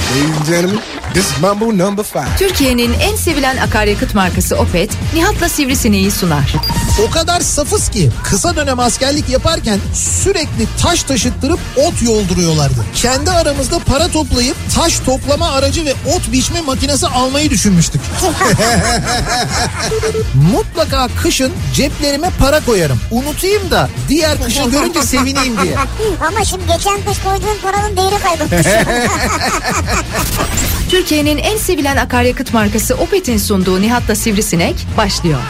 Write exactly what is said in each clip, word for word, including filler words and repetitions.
Ladies and gentlemen, this is Mambo number five. Türkiye'nin en sevilen akaryakıt markası Opet, Nihat'la Sivrisineği sunar. O kadar safız ki kısa dönem askerlik yaparken sürekli taş taşıttırıp ot yolduruyorlardı. Kendi aramızda para toplayıp taş toplama aracı ve ot biçme makinesi almayı düşünmüştük. Mutlaka kışın ceplerime para koyarım. Unutayım da diğer kışı görünce sevineyim diye. Ama şimdi geçen kış koyduğun paranın değeri kaybolmuş. Türkiye'nin en sevilen akaryakıt markası Opet'in sunduğu Nihat'la Sivrisinek başlıyor.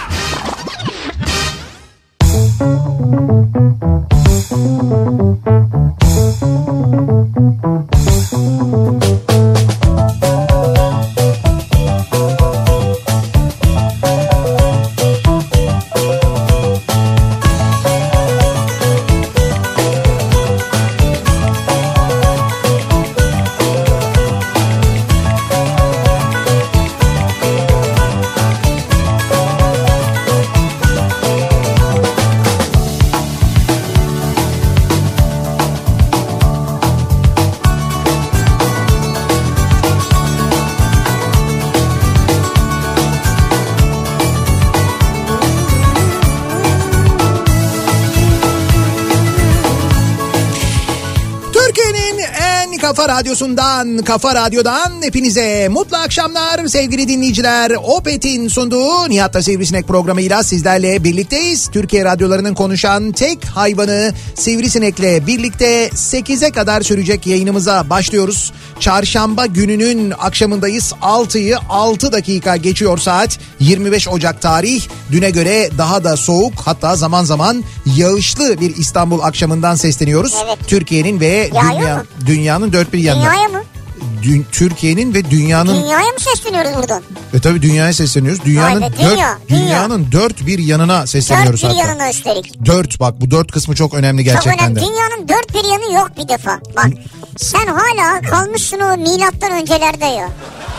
Kafa Radyosu'ndan, Kafa Radyo'dan hepinize mutlu akşamlar sevgili dinleyiciler. Opet'in sunduğu Nihat'la Sivrisinek programıyla sizlerle birlikteyiz. Türkiye radyolarının konuşan tek hayvanı Sivrisinek'le birlikte sekize kadar sürecek yayınımıza başlıyoruz. Çarşamba gününün akşamındayız. altıyı altı dakika geçiyor saat. yirmi beş Ocak tarih. Düne göre daha da soğuk, hatta zaman zaman yağışlı bir İstanbul akşamından sesleniyoruz. Evet. Türkiye'nin ve dünya, dünyanın dört bir yanına. Dünyaya mı? Dü- Türkiye'nin ve dünyanın... Dünyaya mı sesleniyoruz buradan? E tabii dünyaya sesleniyoruz. Dünyanın Aynen, dört, dünya, dünyanın dünya. dört bir yanına sesleniyoruz. Dört bir hatta. yanına üstelik. Dört, bak bu dört kısmı çok önemli gerçekten çok önemli. de. Dünyanın dört bir yanı yok bir defa. Bak sen hala kalmışsın o milattan öncelerde ya.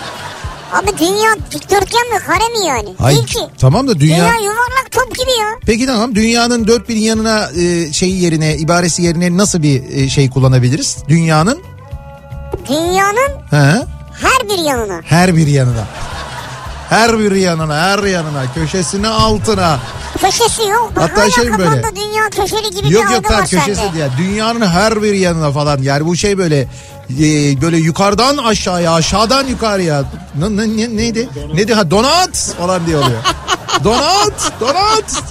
Abi dünya dikdörtgen mi, kare mi yani? Hayır, Değil ki. tamam da dünya... Dünya yuvarlak top gibi ya. Peki tamam, dünyanın dört bir yanına e, şeyi yerine, ibaresi yerine nasıl bir e, şey kullanabiliriz? Dünyanın... Dünyanın He? her bir yanına. Her bir yanına. Her bir yanına, her yanına, köşesine, altına. Köşesi yok. Bak hatta hala şey kafanda böyle. dünya köşeli gibi yok, bir yok, algı var sende. köşesi diye. Dünyanın her bir yanına falan. Yani bu şey böyle e, böyle yukarıdan aşağıya, aşağıdan yukarıya. Ne, ne, ne, neydi? Neydi? Ha, donat falan diye oluyor. Donat, donat.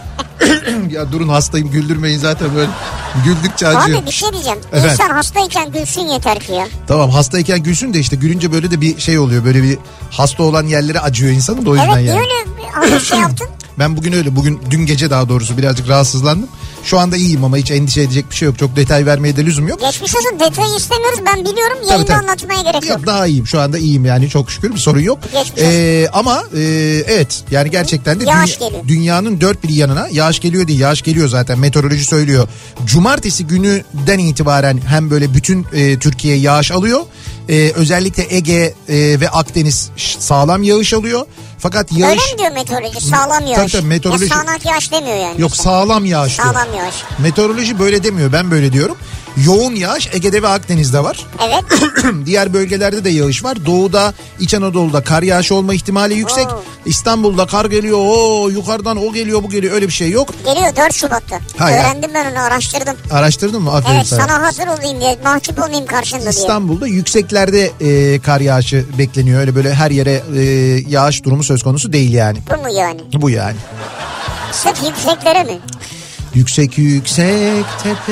Ya durun, hastayım, güldürmeyin zaten böyle. Güldükçe acıyor. Abi bir şey diyeceğim. Efendim? İnsan hastayken gülsün yeter ki ya. Tamam, hastayken gülsün de işte gülünce böyle de bir şey oluyor. Böyle bir hasta olan yerlere acıyor insanın da o yüzden evet, yani. Evet, niye öyle bir şey yaptın? Ben bugün öyle, bugün dün gece daha doğrusu birazcık rahatsızlandım. Şu anda iyiyim ama hiç endişe edecek bir şey yok. Çok detay vermeye de lüzum yok. Geçmiş olsun, detayı istemiyoruz, ben biliyorum, yayında tabii, tabii. anlatmaya gerek yok. Yok, daha iyiyim şu anda, iyiyim yani, çok şükür bir sorun yok. Ee, ama e, evet yani gerçekten de yağış dünya, dünyanın dört bir yanına yağış geliyor değil, yağış geliyor zaten, meteoroloji söylüyor. Cumartesi gününden itibaren hem böyle bütün e, Türkiye yağış alıyor. E, özellikle Ege e, ve Akdeniz sağlam yağış alıyor. Fakat yağış... Öyle mi diyor meteoroloji? Sağlam yağış. Tabii, tabii, meteoroloji... Ya sağanak yağış demiyor yani. Yok, sağlam yağış diyor. Sağlam yağış. Meteoroloji böyle demiyor, ben böyle diyorum. Yoğun yağış Ege'de ve Akdeniz'de var. Evet. Diğer bölgelerde de yağış var. Doğuda, İç Anadolu'da kar yağışı olma ihtimali yüksek. Oo. İstanbul'da kar geliyor, o yukarıdan o geliyor, bu geliyor, öyle bir şey yok. Geliyor dört Şubat'ta. Hayır. Öğrendim ben onu, araştırdım. Araştırdın mı? Aferin evet, sana. sana hazır olayım diye, mahcup olmayayım karşında diye. İstanbul'da yükseklerde e, kar yağışı bekleniyor. Öyle böyle her yere e, yağış durumu söz konusu değil yani. Bu mu yani? Bu yani. Sırf yükseklere mi? Yüksek yüksek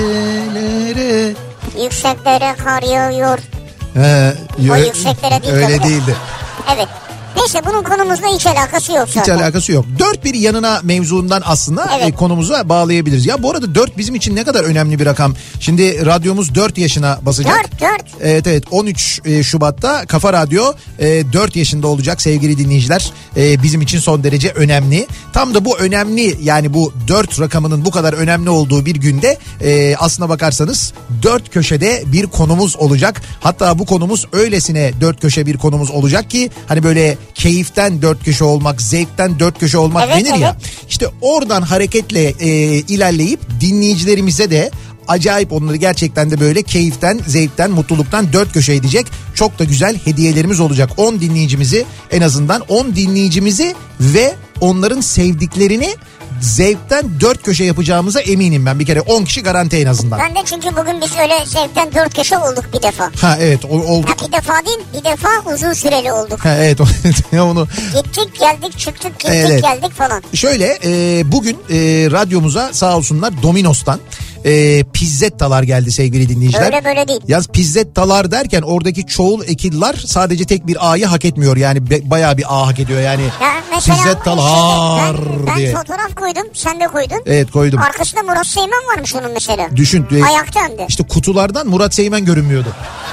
tepelere. Yükseklere kar yağıyor. Ee, o yükseklere değil. Öyle değildi. Evet. Neyse, bunun konumuzla hiç alakası yok zaten. Hiç alakası yok. Dört bir yanına mevzuundan aslında evet. e, konumuza bağlayabiliriz. Ya bu arada dört bizim için ne kadar önemli bir rakam. Şimdi radyomuz dört yaşına basacak. dört, dört. Evet evet, on üç Şubat'ta Kafa Radyo e, dört yaşında olacak sevgili dinleyiciler. E, bizim için son derece önemli. Tam da bu önemli, yani bu dört rakamının bu kadar önemli olduğu bir günde e, aslına bakarsanız dört köşede bir konumuz olacak. Hatta bu konumuz öylesine dört köşe bir konumuz olacak ki hani böyle keyiften dört köşe olmak, zevkten dört köşe olmak evet, denir evet. ya. İşte oradan hareketle e, ilerleyip dinleyicilerimize de acayip onları gerçekten de böyle keyiften, zevkten, mutluluktan dört köşe edecek çok da güzel hediyelerimiz olacak. on dinleyicimizi, en azından on dinleyicimizi ve onların sevdiklerini zevkten dört köşe yapacağımıza eminim ben. Bir kere on kişi garanti en azından. Ben de çünkü bugün biz öyle zevkten dört köşe olduk bir defa. Ha evet o, olduk. Ha, bir defa değil, bir defa uzun süreli olduk. Ha evet onu. Gittik geldik çıktık gittik Evet. geldik falan. Şöyle e, bugün e, radyomuza sağ olsunlar Domino's'tan e, pizzettalar geldi sevgili dinleyiciler. Öyle böyle değil. Yalnız pizzettalar derken oradaki çoğul ekiller sadece tek bir A'yı hak etmiyor. Yani be, bayağı bir A hak ediyor yani. Ya mesela pizzettalar ben, ben diye. fotoğraf koydum, sen de koydun. Evet koydum. Arkasında Murat Seymen varmış onun mesela. Düşün. E, Ayakta hem de. İşte kutulardan Murat Seymen görünmüyordu.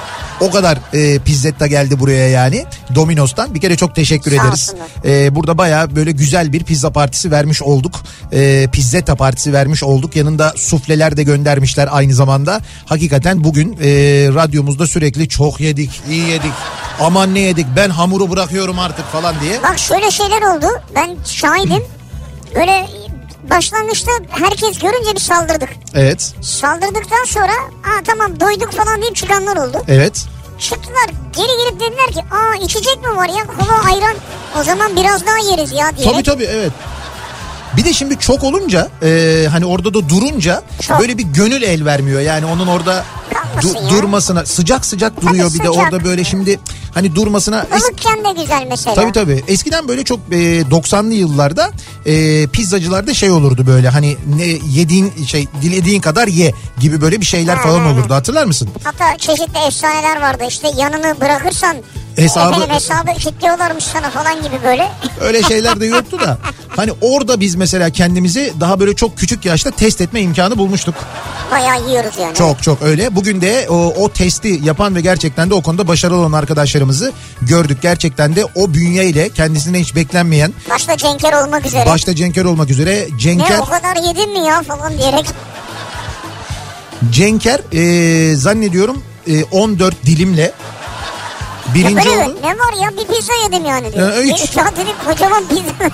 O kadar e, pizzetta geldi buraya yani Domino's'tan. Bir kere çok teşekkür Sağ ederiz. E, burada bayağı böyle güzel bir pizza partisi vermiş olduk. E, pizzetta partisi vermiş olduk. Yanında sufleler de göndermişler aynı zamanda. Hakikaten bugün e, radyomuzda sürekli çok yedik, iyi yedik. Aman ne yedik, ben hamuru bırakıyorum artık falan diye. Bak şöyle şeyler oldu. Ben şahidim. Böyle başlangıçta herkes görünce bir saldırdık. Evet. Saldırdıktan sonra aa tamam doyduk falan deyip çıkanlar oldu. Evet. Çıktılar geri gelip dediler ki aa içecek mi var ya, kola ayran, o zaman biraz daha yeriz ya diyerek. Tabii tabii evet. Bir de şimdi çok olunca e, hani orada da durunca Çok. böyle bir gönül el vermiyor. Yani onun orada du- durmasına sıcak sıcak duruyor Tabii bir de sıcak. orada böyle şimdi hani durmasına. Es- Ilıkken de güzel mesela. Tabii tabii. Eskiden böyle çok e, doksanlı yıllarda e, pizzacılarda şey olurdu böyle hani ne yediğin şey dilediğin kadar ye gibi böyle bir şeyler falan olurdu. Hatırlar mısın? Hatta çeşitli efsaneler vardı işte, yanını bırakırsan Hesabı- efendim hesabı kilitliyorlarmış sana falan gibi böyle. Öyle şeyler de yoktu da. Hani orada biz mesela kendimizi daha böyle çok küçük yaşta test etme imkanı bulmuştuk. Bayağı yiyoruz yani. Çok çok öyle. Bugün de o, o testi yapan ve gerçekten de o konuda başarılı olan arkadaşlarımızı gördük. Gerçekten de o bünyeyle kendisine hiç beklenmeyen. Başta Cenker olmak üzere. Başta Cenker olmak üzere. Cenker. Ne o kadar yedin mi ya falan diyerek. Cenker e, zannediyorum e, on dört dilimle birinci ya oldu. Ne var ya, bir pizza yedim yani diyor. Ee, hiç. Ya dedim kocaman pizza.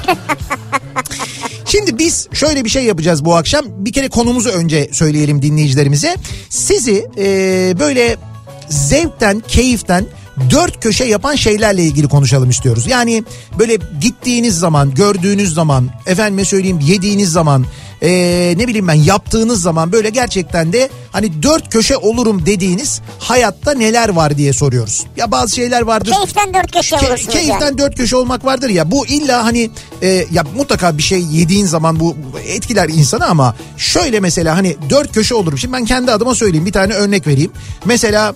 Şimdi biz şöyle bir şey yapacağız bu akşam. Bir kere konumuzu önce söyleyelim dinleyicilerimize. Sizi e, böyle zevkten, keyiften dört köşe yapan şeylerle ilgili konuşalım istiyoruz. Yani böyle gittiğiniz zaman, gördüğünüz zaman, efendime söyleyeyim yediğiniz zaman, ee, ne bileyim ben yaptığınız zaman böyle gerçekten de hani dört köşe olurum dediğiniz hayatta neler var diye soruyoruz. Ya bazı şeyler vardır. Keyiften dört köşe Ke- olursunuz keyiften yani. dört köşe olmak vardır ya, bu illa hani e, ya mutlaka bir şey yediğin zaman bu etkiler insanı, ama şöyle mesela hani dört köşe olurum. Şimdi ben kendi adıma söyleyeyim, bir tane örnek vereyim. Mesela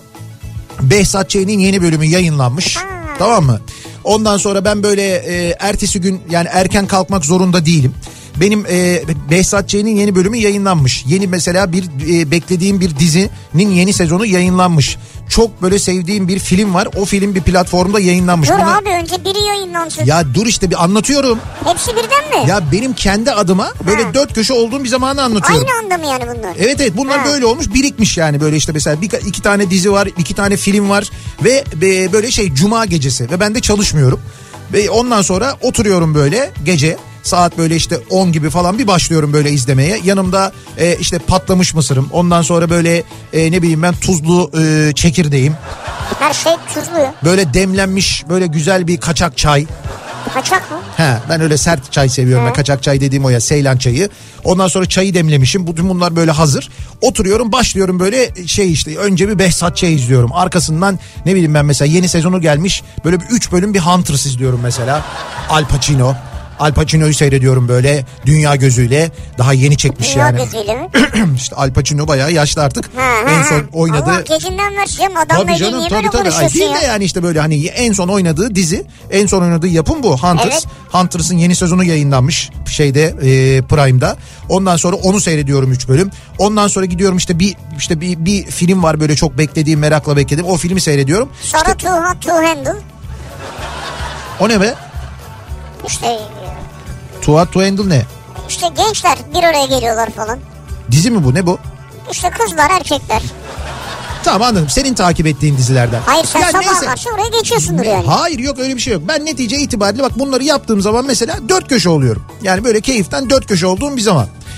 Behzat Ç'nin yeni bölümü yayınlanmış. Ha. Tamam mı? Ondan sonra ben böyle e, ertesi gün yani erken kalkmak zorunda değilim. Benim e, Behzat Ç'nin yeni bölümü yayınlanmış. Yeni mesela bir e, beklediğim bir dizinin yeni sezonu yayınlanmış. Çok böyle sevdiğim bir film var. O film bir platformda yayınlanmış. Dur Buna... abi önce biri yayınlansın. Ya dur işte bir anlatıyorum. Hepsi birden mi? Ya benim kendi adıma böyle ha. dört köşe olduğum bir zamanı anlatıyorum. Aynı anda mı yani bunlar? Evet evet bunlar ha. böyle olmuş, birikmiş yani böyle işte mesela bir, iki tane dizi var, iki tane film var ve böyle şey cuma gecesi ve ben de çalışmıyorum. Ve ondan sonra oturuyorum böyle gece. Saat böyle işte on gibi falan bir başlıyorum böyle izlemeye. Yanımda e, işte patlamış mısırım. Ondan sonra böyle e, ne bileyim ben tuzlu e, çekirdeğim. Her şey tuzlu. Böyle demlenmiş böyle güzel bir kaçak çay. Kaçak mı? He, ben öyle sert çay seviyorum. Kaçak çay dediğim o ya, Seylan çayı. Ondan sonra çayı demlemişim. Bütün bunlar böyle hazır. Oturuyorum başlıyorum böyle şey işte. Önce bir Behzat Ç. izliyorum. Arkasından ne bileyim ben mesela yeni sezonu gelmiş. Böyle bir üç bölüm bir Hunters izliyorum mesela. Al Pacino. Al Pacino'yu seyrediyorum böyle dünya gözüyle. Daha yeni çekmiş dünya yani. Dünya gözüyle mi? İşte Al Pacino bayağı yaşlı artık. Ha, ha, en son oynadığı... Allah gecinden versin adamla tabii canım, niye tabii, böyle tabii. konuşuyorsun Değil ya? de yani işte böyle hani en son oynadığı dizi, en son oynadığı yapım bu. Hunters. Evet. Hunters'ın yeni sezonu yayınlanmış şeyde e, Prime'da. Ondan sonra onu seyrediyorum üç bölüm. Ondan sonra gidiyorum işte bir işte bir, bir film var böyle çok beklediğim, merakla beklediğim. O filmi seyrediyorum. Sonra İşte, Too Hot to Handle. O ne be? İşte... Too Hot to Handle ne? İşte gençler bir araya geliyorlar falan. Dizi mi bu, ne bu? İşte kızlar erkekler. Tamam anladım, senin takip ettiğin dizilerden. Hayır sen ya sabah neyse. karşı oraya geçiyorsundur yani. Hayır yok öyle bir şey yok. Ben netice itibariyle bak bunları yaptığım zaman mesela dört köşe oluyorum. Yani böyle keyiften dört köşe olduğum bir zaman.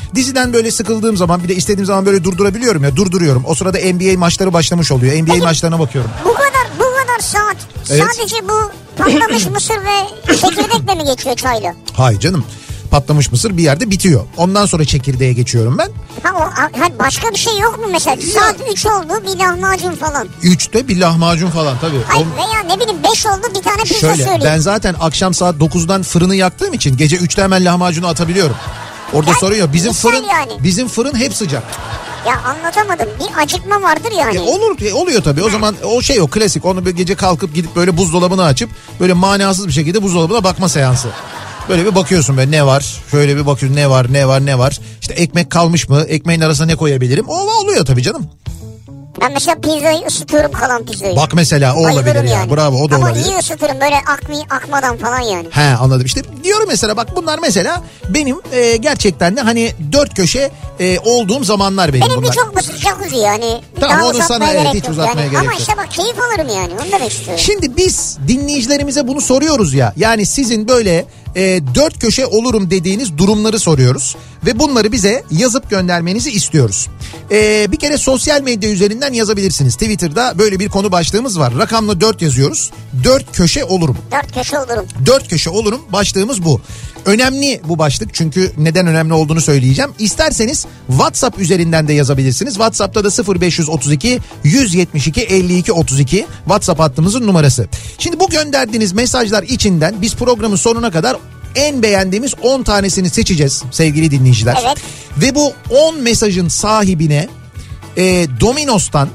Diziden böyle sıkıldığım zaman bir de istediğim zaman böyle durdurabiliyorum ya, durduruyorum. O sırada N B A maçları başlamış oluyor. N B A Peki, maçlarına bakıyorum. Bu kadar bu kadar saat Evet. sadece bu patlamış mısır ve çekirdekle mi geçiyor çayla? Hayır canım. Patlamış mısır bir yerde bitiyor. Ondan sonra çekirdeğe geçiyorum ben. Ha, o, ha, başka bir şey yok mu mesela? Saat üç oldu bir lahmacun falan. Üçte bir lahmacun falan tabii. Hayır O... veya ne bileyim beş oldu bir tane pizza Şöyle söyleyeyim. ben zaten akşam saat dokuzdan fırını yaktığım için gece üçte hemen lahmacunu atabiliyorum. Orada Yani, sorun yok. Bizim misal fırın yani. bizim fırın hep sıcak. Ya anlatamadım. Bir acıkma vardır yani. E olur e oluyor tabii. O zaman o şey o klasik. Onu bir gece kalkıp gidip böyle buzdolabını açıp böyle manasız bir şekilde buzdolabına bakma seansı. Böyle bir bakıyorsun böyle ne var? Şöyle bir bakıyorsun ne var ne var ne var? İşte ekmek kalmış mı? Ekmeğin arasına ne koyabilirim? O oluyor tabii canım. Ben mesela pizzayı ısıtıyorum, kalan pizzayı. Bak mesela o Bayılırım olabilir ya. yani. Bravo, o da Ama olabilir. iyi ısıtırım böyle akmi, akmadan falan yani. He anladım işte diyorum mesela bak bunlar mesela benim e, gerçekten de hani dört köşe e, olduğum zamanlar benim, Benim bunlar. de çok basit jacuzzi yani. Tamam, Daha onu uzatmaya sana, evet, gerek hiç yok uzatmaya yani. gerek Ama yok. işte bak keyif alırım yani, onu demek istiyorum. Şimdi biz dinleyicilerimize bunu soruyoruz ya, yani sizin böyle e, dört köşe olurum dediğiniz durumları soruyoruz ve bunları bize yazıp göndermenizi istiyoruz. E, bir kere sosyal medya üzerinden yazabilirsiniz. Twitter'da böyle bir konu başlığımız var. Rakamla dört yazıyoruz. Dört köşe olurum. Dört köşe olurum. Dört köşe olurum başlığımız bu. Önemli bu başlık çünkü neden önemli olduğunu söyleyeceğim. İsterseniz WhatsApp üzerinden de yazabilirsiniz. WhatsApp'ta da sıfır beş otuz iki yüz yetmiş iki elli iki otuz iki WhatsApp hattımızın numarası. Şimdi bu gönderdiğiniz mesajlar içinden biz programın sonuna kadar en beğendiğimiz on tanesini seçeceğiz sevgili dinleyiciler. Evet. Ve bu on mesajın sahibine e, Domino's'tan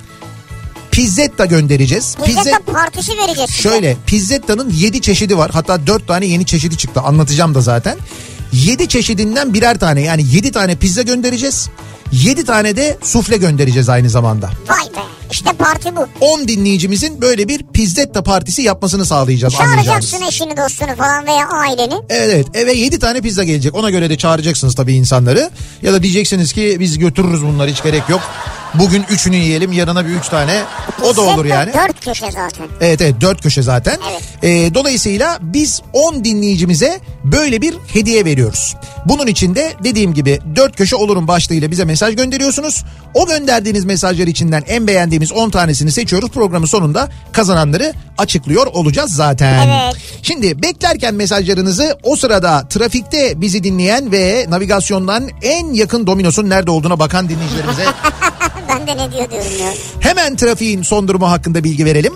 Pizzetta göndereceğiz. Pizzetta Pizze- partisi vereceğiz. Şöyle Pizzetta'nın yedi çeşidi var. Hatta dört tane yeni çeşidi çıktı. Anlatacağım da zaten. yedi çeşidinden birer tane, yani yedi tane pizza göndereceğiz. yedi tane de sufle göndereceğiz aynı zamanda. Vay be, işte parti bu. on dinleyicimizin böyle bir Pizzetta partisi yapmasını sağlayacağız. Çağıracaksın eşini, dostunu falan veya aileni. Evet, evet, eve yedi tane pizza gelecek. Ona göre de çağıracaksınız tabii insanları. Ya da diyeceksiniz ki biz götürürüz bunları, hiç gerek yok. Bugün üçünü yiyelim, yarına bir üç tane. O da olur yani. Dört köşe zaten. Evet evet dört köşe zaten. Evet. Ee, dolayısıyla biz on dinleyicimize böyle bir hediye veriyoruz. Bunun için de dediğim gibi dört köşe olurum başlığıyla bize mesaj gönderiyorsunuz. O gönderdiğiniz mesajlar içinden en beğendiğimiz on tanesini seçiyoruz. Programın sonunda kazananları açıklıyor olacağız zaten. Evet. Şimdi beklerken mesajlarınızı, o sırada trafikte bizi dinleyen ve navigasyondan en yakın Domino's'un nerede olduğuna bakan dinleyicilerimize Ben de ne diyor diyorum ya. hemen trafiğin son durumu hakkında bilgi verelim.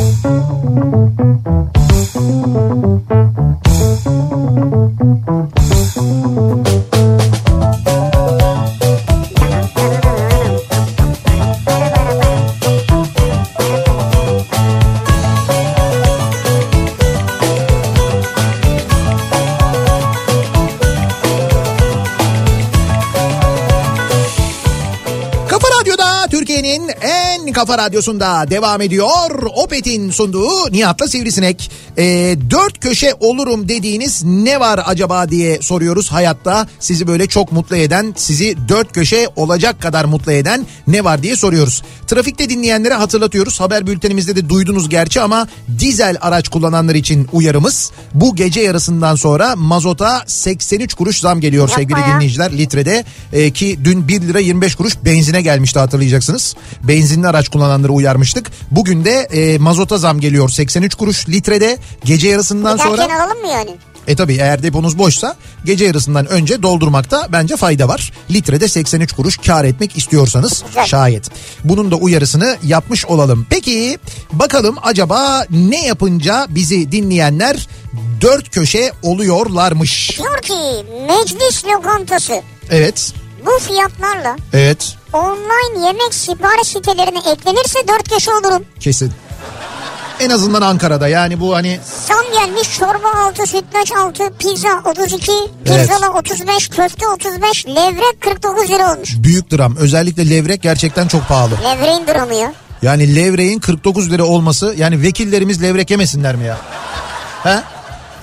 Türkiye'nin en kafa radyosunda devam ediyor. Opet'in sunduğu Nihat'la Sivrisinek. E, dört köşe olurum dediğiniz ne var acaba diye soruyoruz hayatta. Sizi böyle çok mutlu eden, sizi dört köşe olacak kadar mutlu eden ne var diye soruyoruz. Trafikte dinleyenlere hatırlatıyoruz. Haber bültenimizde de duydunuz gerçi ama dizel araç kullananlar için uyarımız. Bu gece yarısından sonra mazota seksen üç kuruş zam geliyor. Yapma sevgili ya. Dinleyiciler, litrede e, ki dün bir lira yirmi beş kuruş benzine gelmişti, hatırlayacaksınız. Benzinli araç kullananları uyarmıştık. Bugün de e, mazota zam geliyor seksen üç kuruş litrede gece yarısından Giderken sonra. alalım mı yani? E tabii eğer deponuz boşsa gece yarısından önce doldurmakta bence fayda var. Litrede seksen üç kuruş kar etmek istiyorsanız Güzel. Şayet. Bunun da uyarısını yapmış olalım. Peki bakalım acaba ne yapınca bizi dinleyenler dört köşe oluyorlarmış? Diyor ki meclis lokantası. Evet. Bu fiyatlarla Evet. online yemek sipariş sitelerine eklenirse dört köşe olurum. Kesin. En azından Ankara'da, yani bu hani... Zam gelmiş, çorba altı, sütlaç altı, pizza otuz iki, pirzola evet. otuz beş, köfte otuz beş, levrek kırk dokuz lira olmuş. Büyük dram. Özellikle levrek gerçekten çok pahalı. Levreğin dramı ya. Yani levreğin kırk dokuz lira olması, yani vekillerimiz levrek yemesinler mi ya? He?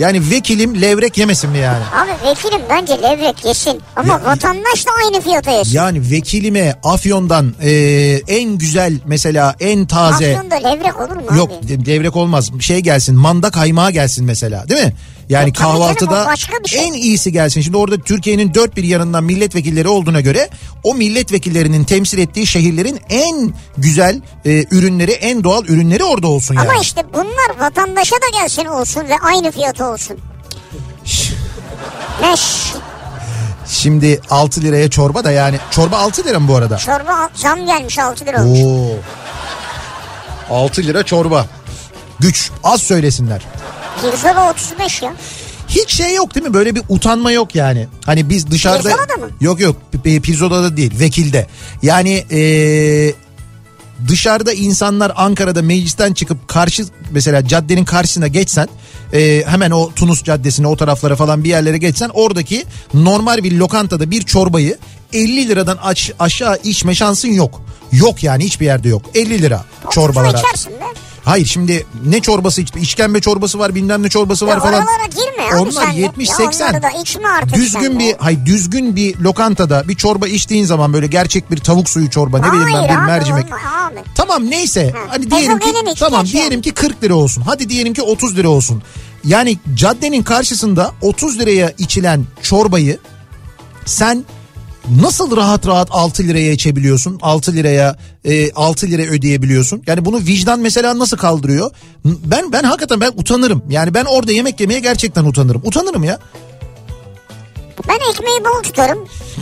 Yani vekilim levrek yemesin mi yani? Abi vekilim bence levrek yesin ama Ya- vatandaş da aynı fiyata yesin. Yani vekilime Afyon'dan e, en güzel mesela en taze... Afyon'da levrek olur mu Yok abi? levrek olmaz. Şey gelsin, manda kaymağı gelsin mesela, değil mi? Yani E, tabii canım, kahvaltıda o başka bir şey. en iyisi gelsin. Şimdi orada Türkiye'nin dört bir yanından milletvekilleri olduğuna göre o milletvekillerinin temsil ettiği şehirlerin en güzel e, ürünleri, en doğal ürünleri orada olsun yani. Ama işte bunlar vatandaşa da gelsin olsun ve aynı fiyata olsun. Ne şş? Şimdi altı liraya çorba da, yani çorba altı lira mı bu arada? Çorba zam gelmiş altı lira olmuş. Oo. altı lira çorba. Güç, az söylesinler. Pirzola otuz beş ya. Hiç şey yok değil mi? Böyle bir utanma yok yani. Hani biz dışarıda... Pirzola'da mı? Yok yok. P- Pirzola'da değil. Vekilde. Yani ee, dışarıda insanlar Ankara'da meclisten çıkıp karşı mesela caddenin karşısına geçsen, ee, hemen o Tunus Caddesi'ne, o taraflara falan bir yerlere geçsen, oradaki normal bir lokantada bir çorbayı elli liradan aş- aşağı içme şansın yok. Yok yani, hiçbir yerde yok. elli lira çorbalara. içersin be. Hayır şimdi ne çorbası, işkembe çorbası var, bilmem ne çorbası var Ya falan. oralara girme abi Onlar sen de. yetmiş Ya seksen. onları da içme artık Düzgün sen de. bir hay düzgün bir lokantada bir çorba içtiğin zaman, böyle gerçek bir tavuk suyu çorba, ne bileyim ben, Hayır bir abi, mercimek. olma abi. Tamam neyse. Ha, Hani diyelim ki ezogelin tamam içeceksin. diyelim ki kırk lira olsun. Hadi diyelim ki otuz lira olsun. Yani caddenin karşısında otuz liraya içilen çorbayı sen nasıl rahat rahat altı liraya içebiliyorsun? altı liraya e, altı lira ödeyebiliyorsun. Yani bunu vicdan mesela nasıl kaldırıyor? Ben ben hakikaten ben utanırım. Yani ben orada yemek yemeye gerçekten utanırım. Utanırım ya. Ben ekmeği bol tutarım.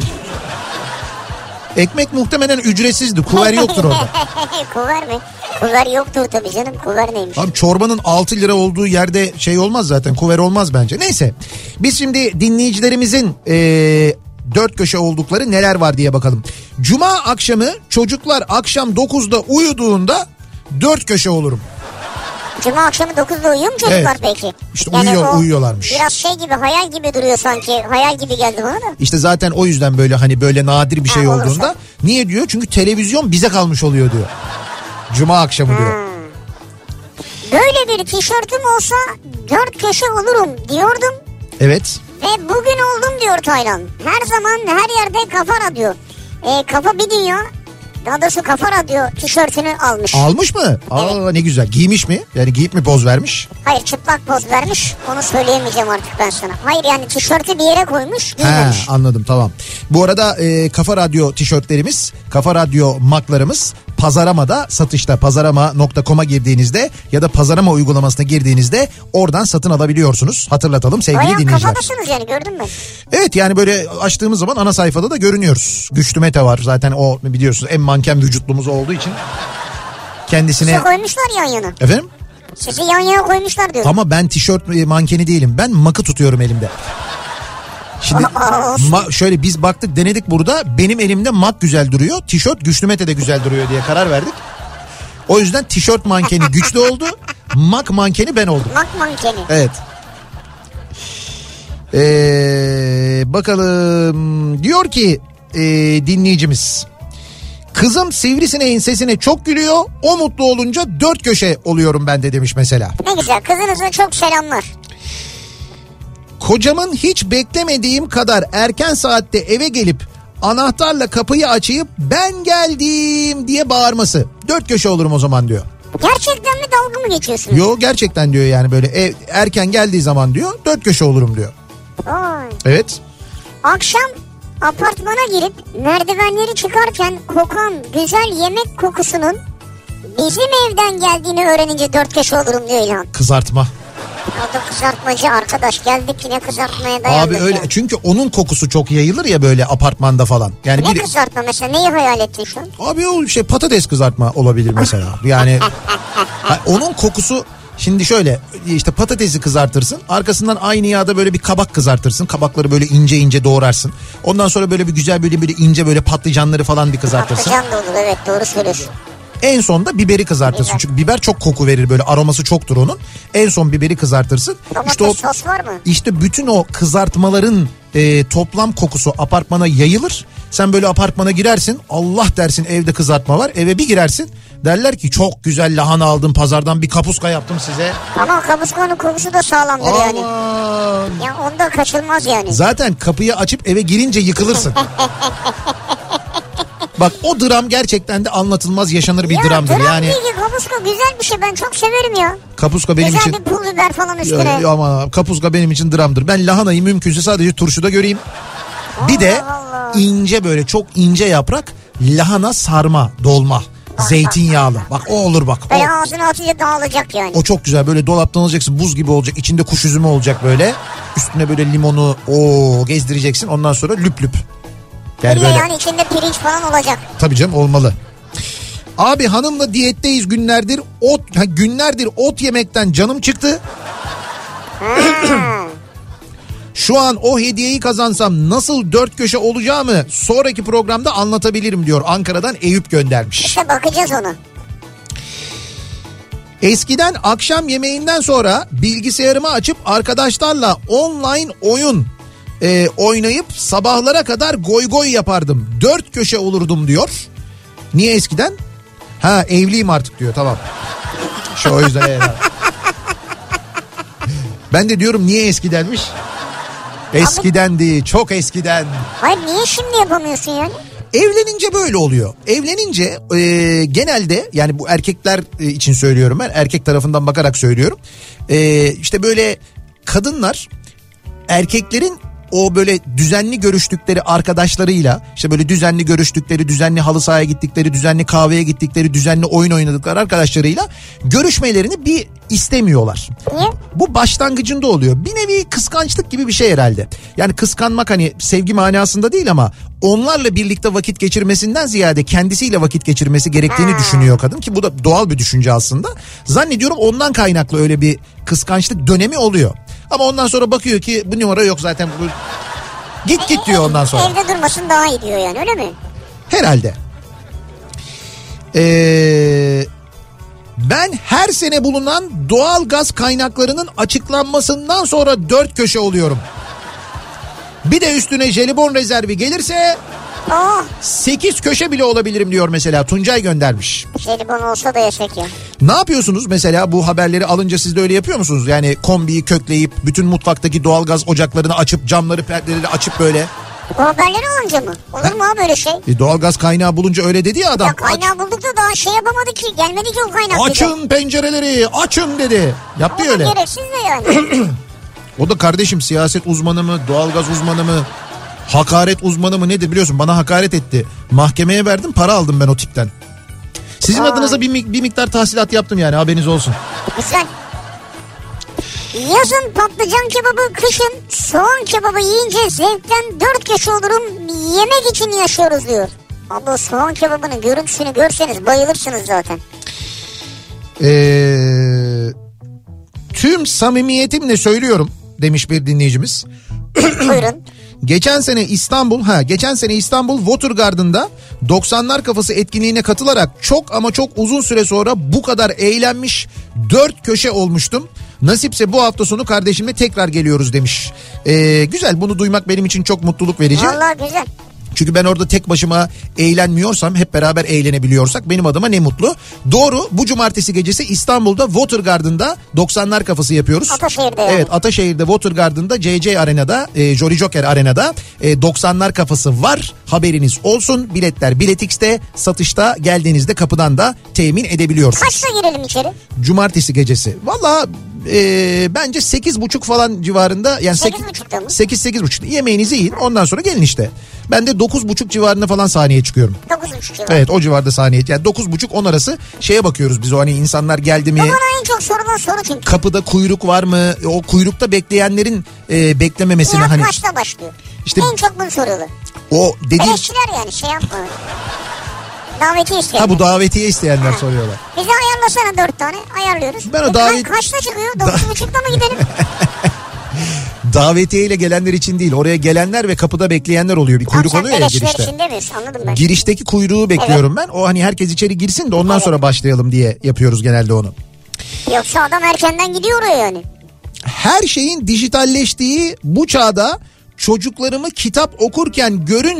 Ekmek muhtemelen ücretsizdi. Kuver yoktur orada. Kuver mi? Kuver yoktur tabii canım. Kuver neymiş? Abi çorbanın altı lira olduğu yerde şey olmaz zaten. Kuver olmaz bence. Neyse. Biz şimdi dinleyicilerimizin ee, dört köşe oldukları neler var diye bakalım. Cuma akşamı çocuklar akşam dokuzda uyuduğunda dört köşe olurum. Cuma akşamı dokuzda uyuyor mu çocuklar Evet. peki? İşte uyuyor, o uyuyorlarmış. Biraz şey gibi, hayal gibi duruyor sanki. Hayal gibi geldi bana da. İşte zaten o yüzden böyle hani böyle nadir bir şey Ha, olursa. olduğunda. Niye diyor? Çünkü televizyon bize kalmış oluyor diyor. Cuma akşamı diyor. Böyle bir tişörtüm olsa dört köşe olurum diyordum. Evet. Ve bugün oldum diyor Taylan. Her zaman her yerde Kafa Radyo. E, kafa bir dünya. Daha doğrusu Kafa Radyo tişörtünü almış. Almış mı? Aa ne güzel. Giymiş mi? Yani giyip mi poz vermiş? Hayır, çıplak poz vermiş. Onu söyleyemeyeceğim artık ben sana. Hayır yani tişörtü bir yere koymuş, He, giymemiş. anladım, tamam. Bu arada e, Kafa Radyo tişörtlerimiz, Kafa Radyo maklarımız Pazarama'da satışta. Pazarama nokta com'a girdiğinizde ya da Pazarama uygulamasına girdiğinizde oradan satın alabiliyorsunuz. Hatırlatalım sevgili Bayağı dinleyiciler. kafadasınız yani, gördün mü? Evet yani böyle açtığımız zaman ana sayfada da görünüyoruz. Güçlü Mete var zaten, o biliyorsunuz en manken vücutlumuz olduğu için kendisine... Sizi koymuşlar yan yana. Efendim? Sizi yan yana koymuşlar diyor. Ama ben tişört e, mankeni değilim. Ben makı tutuyorum elimde. Şimdi ma- şöyle biz baktık, denedik burada. Benim elimde mak güzel duruyor. Tişört Güçlü Mete de güzel duruyor diye karar verdik. O yüzden tişört mankeni Güçlü oldu. Mak mankeni ben oldum. Mak mankeni. Evet. Ee, bakalım diyor ki e, dinleyicimiz, kızım sivrisineğin sesine çok gülüyor, o mutlu olunca dört köşe oluyorum ben de demiş mesela. Ne güzel, kızınıza çok selamlar. Kocamın hiç beklemediğim kadar erken saatte eve gelip anahtarla kapıyı açıp ben geldim diye bağırması. Dört köşe olurum o zaman diyor. Gerçekten mi, dalga mı geçiyorsunuz? Yo gerçekten diyor, yani böyle ev, erken geldiği zaman diyor dört köşe olurum diyor. Vay. Evet. Akşam apartmana girip merdivenleri çıkarken kokan güzel yemek kokusunun bizim evden geldiğini öğrenince dört köşe olurum diyor İlhan. Kızartma. O da kızartmacı arkadaş, geldik yine kızartmaya dayandık. Abi öyle ya. çünkü onun kokusu çok yayılır ya böyle apartmanda falan. Yani Ne bir, kızartma mesela, neyi hayal ettin şu an? abi o şey patates kızartma olabilir mesela. Yani ha, onun kokusu. Şimdi şöyle işte patatesi kızartırsın, arkasından aynı yağda böyle bir kabak kızartırsın, kabakları böyle ince ince doğrarsın, ondan sonra böyle bir güzel böyle böyle ince böyle patlıcanları falan bir kızartırsın. Patlıcan da olur, evet, doğru söylüyorsun. En sonda biberi kızartırsın, Biber. çünkü biber çok koku verir, böyle aroması çoktur onun. En son biberi kızartırsın. Domates İşte o, sos var mı? İşte bütün o kızartmaların e, toplam kokusu apartmana yayılır Sen böyle apartmana girersin, Allah dersin evde kızartma var. Eve bir girersin, derler ki çok güzel lahana aldım pazardan, bir kapuska yaptım size. Ama kapuskanın kokusu da sağlamdır Aman. yani. Ya onda kaçılmaz yani. Zaten kapıyı açıp eve girince yıkılırsın. Bak o dram gerçekten de anlatılmaz yaşanır bir ya, dramdır. Dram Yani değil ki, kapuska güzel bir şey, ben çok severim ya. Kapuska benim güzel için... Güzel bir pul biber falan üstüne. Ya, ama kapuska benim için dramdır. Ben lahanayı mümkünse sadece turşuda göreyim. Allah bir de Allah. ince böyle çok ince yaprak lahana sarma dolma. Bak, zeytinyağlı. Bak. bak o olur bak. Böyle o, ağzına atınca dağılacak yani. O çok güzel, böyle dolaptan alacaksın, buz gibi olacak. İçinde kuş üzümü olacak böyle. Üstüne böyle limonu o gezdireceksin, ondan sonra lüp lüp. Yani, böyle. yani içinde pirinç falan olacak. Tabii canım, olmalı. Abi hanımla diyetteyiz günlerdir. Ot günlerdir ot yemekten canım çıktı. Şu an o hediyeyi kazansam nasıl dört köşe olacağımı sonraki programda anlatabilirim diyor. Ankara'dan Eyüp göndermiş. İşte bakacağız ona. Eskiden akşam yemeğinden sonra bilgisayarımı açıp arkadaşlarla online oyun e, oynayıp sabahlara kadar goy goy yapardım. Dört köşe olurdum diyor. Niye eskiden? Ha, evliyim artık diyor, tamam. Şu o yüzden. Evet. Ben de diyorum niye eskidenmiş? Eskidendi, çok eskiden. Hayır, niye şimdi yapamıyorsun yani? Evlenince böyle oluyor. Evlenince e, genelde, yani bu erkekler için söylüyorum ben, erkek tarafından bakarak söylüyorum. E, işte böyle kadınlar erkeklerin o böyle düzenli görüştükleri arkadaşlarıyla, işte böyle düzenli görüştükleri, düzenli halı sahaya gittikleri, düzenli kahveye gittikleri, düzenli oyun oynadıkları arkadaşlarıyla görüşmelerini bir istemiyorlar. Niye? Bu başlangıcında oluyor. Bir nevi kıskançlık gibi bir şey herhalde. Yani kıskanmak hani sevgi manasında değil ama onlarla birlikte vakit geçirmesinden ziyade kendisiyle vakit geçirmesi gerektiğini ha. düşünüyor kadın, ki bu da doğal bir düşünce aslında. Zannediyorum ondan kaynaklı öyle bir kıskançlık dönemi oluyor. Ama ondan sonra bakıyor ki bu numara yok zaten. Bu... Git git diyor ondan sonra. Evde durmasın daha iyi diyor yani, öyle mi? Herhalde. Ee, ben her sene bulunan doğal gaz kaynaklarının açıklanmasından sonra dört köşe oluyorum. Bir de üstüne jelibon rezervi gelirse oh. sekiz köşe bile olabilirim diyor mesela. Tuncay göndermiş. Jelibon olsa da yesek ya. Ne yapıyorsunuz mesela bu haberleri alınca, siz de öyle yapıyor musunuz? Yani kombiyi kökleyip bütün mutfaktaki doğalgaz ocaklarını açıp camları perdeleri açıp böyle. Bu haberleri alınca mı? Olur mu abi böyle şey? E doğalgaz kaynağı bulunca öyle dedi ya adam. Ya kaynağı Aç... bulduk da daha şey yapamadı ki, gelmedi ki o kaynak. Açın dedi. Pencereleri açın dedi. Yaptı ama öyle. Gereksiz de yani. O da kardeşim siyaset uzmanı mı, doğalgaz uzmanı mı, hakaret uzmanı mı nedir biliyorsun, bana hakaret etti. Mahkemeye verdim, para aldım ben o tipten. Sizin Aa. adınıza bir, bir miktar tahsilat yaptım yani, haberiniz olsun. Güzel. Yazın patlıcan kebabı, kışın soğan kebabı yiyince zevkten dört köşe olurum, yemek için yaşıyoruz diyor. Abi soğan kebabının görüntüsünü görseniz bayılırsınız zaten. Eee... Tüm samimiyetimle söylüyorum demiş bir dinleyicimiz. Buyurun. Geçen sene İstanbul, ha geçen sene İstanbul Watergarden'da doksanlar kafası etkinliğine katılarak çok ama çok uzun süre sonra bu kadar eğlenmiş, dört köşe olmuştum. Nasipse bu hafta sonu kardeşimle tekrar geliyoruz demiş. Ee, güzel, bunu duymak benim için çok mutluluk verici. Vallahi güzel. Çünkü ben orada tek başıma eğlenmiyorsam, hep beraber eğlenebiliyorsak benim adıma ne mutlu. Doğru, bu cumartesi gecesi İstanbul'da Watergarden'da doksanlar kafası yapıyoruz. Ataşehir'de yani. Evet, Ataşehir'de Watergarden'da C C Arena'da, e, Jolly Joker Arena'da e, doksanlar kafası var. Haberiniz olsun. Biletler Biletix'te satışta, geldiğinizde kapıdan da temin edebiliyorsunuz. Kaçta girelim içeri? Cumartesi gecesi. Valla e, bence sekiz buçuk falan civarında. Yani sekiz buçukta mı? sekiz sekiz buçukta. Yemeğinizi yiyin, ondan sonra gelin işte. Ben de dokuz buçuk civarında falan sahneye çıkıyorum. dokuz buçuk civarında. Evet, o civarda sahneye. Yani dokuz buçuk on arası şeye bakıyoruz biz, o hani insanlar geldi mi? Bu bana en çok sorulan soru çünkü. Kapıda kuyruk var mı? O kuyrukta bekleyenlerin e, beklememesine Nihat hani. kaçta başlıyor? İşte en çok bunu soruyorlar. O dediğim. Beleşçiler yani, şey yapma. Davetiye isteyenler. Ha, bu davetiye isteyenler ha. soruyorlar. Bize ayarlasana dört tane, ayarlıyoruz. Ben o e, davet... Ka- kaçta çıkıyor? Dokuz buçukta mı gidelim? Davetiyeyle gelenler için değil, oraya gelenler ve kapıda bekleyenler oluyor. Bir kuyruk Tamam, oluyor ya girişte. Için demiyorsun, anladım ben. Girişteki kuyruğu bekliyorum evet. ben. O hani herkes içeri girsin de ondan evet. sonra başlayalım diye yapıyoruz genelde onu. Yoksa adam erkenden gidiyor oraya yani. Her şeyin dijitalleştiği bu çağda çocuklarımı kitap okurken görünce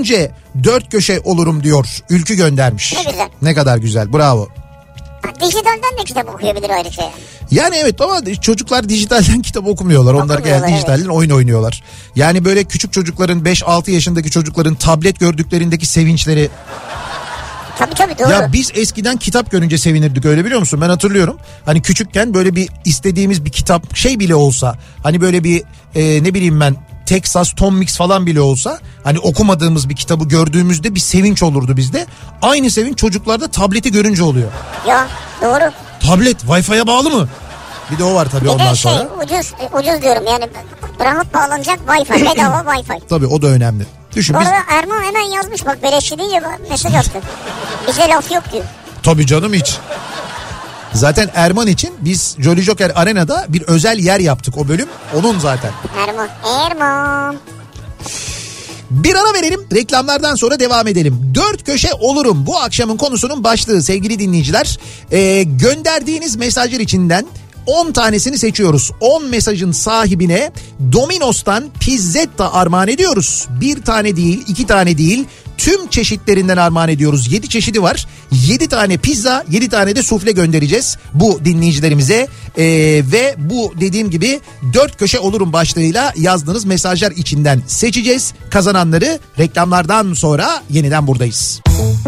dört köşe olurum diyor. Ülkü göndermiş. Ne güzel. Ne kadar güzel, bravo. Dijitalden de kitap okuyabilir ayrıca yani. Yani evet ama çocuklar dijitalden kitap okumuyorlar. Onlar Okumuyorlar, genelde dijitalden evet. oyun oynuyorlar. Yani böyle küçük çocukların beş altı yaşındaki çocukların tablet gördüklerindeki sevinçleri. Tabii tabii doğru. Ya biz eskiden kitap görünce sevinirdik, öyle biliyor musun? Ben hatırlıyorum. Hani küçükken böyle bir istediğimiz bir kitap şey bile olsa, hani böyle bir e, ne bileyim ben Texas Tom Mix falan bile olsa, hani okumadığımız bir kitabı gördüğümüzde bir sevinç olurdu bizde. Aynı sevinç çocuklarda tableti görünce oluyor. Ya doğru. Tablet Wi-Fi'ye bağlı mı? Bir de o var tabii Bir ondan de şey sonra. ucuz ucuz diyorum yani rahat bağlanacak Wi-Fi bedava Wi-Fi. Tabii o da önemli. Düşün Bu biz... arada Erman hemen yazmış bak beleşçi deyince mesaj attı. Bize laf yok diyor. Tabii canım hiç. Zaten Erman için biz Jolly Joker Arena'da bir özel yer yaptık, o bölüm onun zaten. Erman. Erman. Bir ara verelim, reklamlardan sonra devam edelim. Dört köşe olurum bu akşamın konusunun başlığı sevgili dinleyiciler. Ee, gönderdiğiniz mesajlar içinden on tanesini seçiyoruz. on mesajın sahibine Domino's'tan pizzetta armağan ediyoruz. Bir tane değil, iki tane değil, tüm çeşitlerinden armağan ediyoruz. yedi çeşidi var. yedi tane pizza, yedi tane de sufle göndereceğiz bu dinleyicilerimize. Ee, ve bu dediğim gibi dört köşe olurum başlığıyla yazdığınız mesajlar içinden seçeceğiz. Kazananları reklamlardan sonra yeniden buradayız.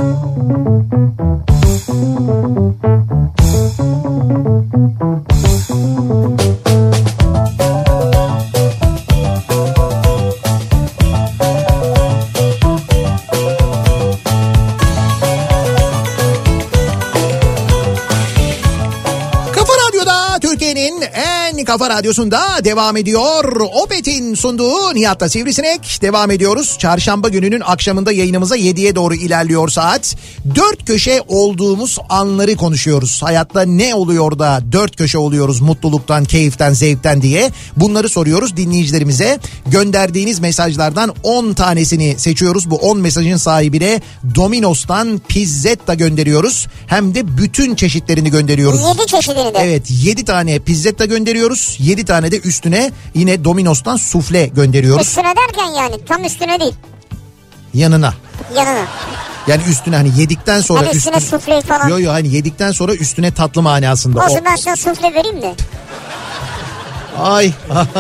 Kafa Radyosu'nda devam ediyor. Opet'in sunduğu Nihat'la Sivrisinek devam ediyoruz. Çarşamba gününün akşamında yayınımıza yediye doğru ilerliyor saat. Dört köşe olduğumuz anları konuşuyoruz. Hayatta ne oluyor da dört köşe oluyoruz mutluluktan, keyiften, zevkten diye. Bunları soruyoruz dinleyicilerimize. Gönderdiğiniz mesajlardan on tanesini seçiyoruz. Bu on mesajın sahibine Domino's'tan pizzetta gönderiyoruz. Hem de bütün çeşitlerini gönderiyoruz. yedi çeşidini de. Evet, yedi tane pizzetta gönderiyoruz. yedi tane de üstüne yine Domino's'tan sufle gönderiyoruz. Üstüne derken yani tam üstüne değil. Yanına. Yanına. Yani üstüne hani yedikten sonra. Hani üstüne üstüne, sufle falan. Yok yok hani yedikten sonra üstüne tatlı manasında. Olsun o... ben sana sufle vereyim de. Ay.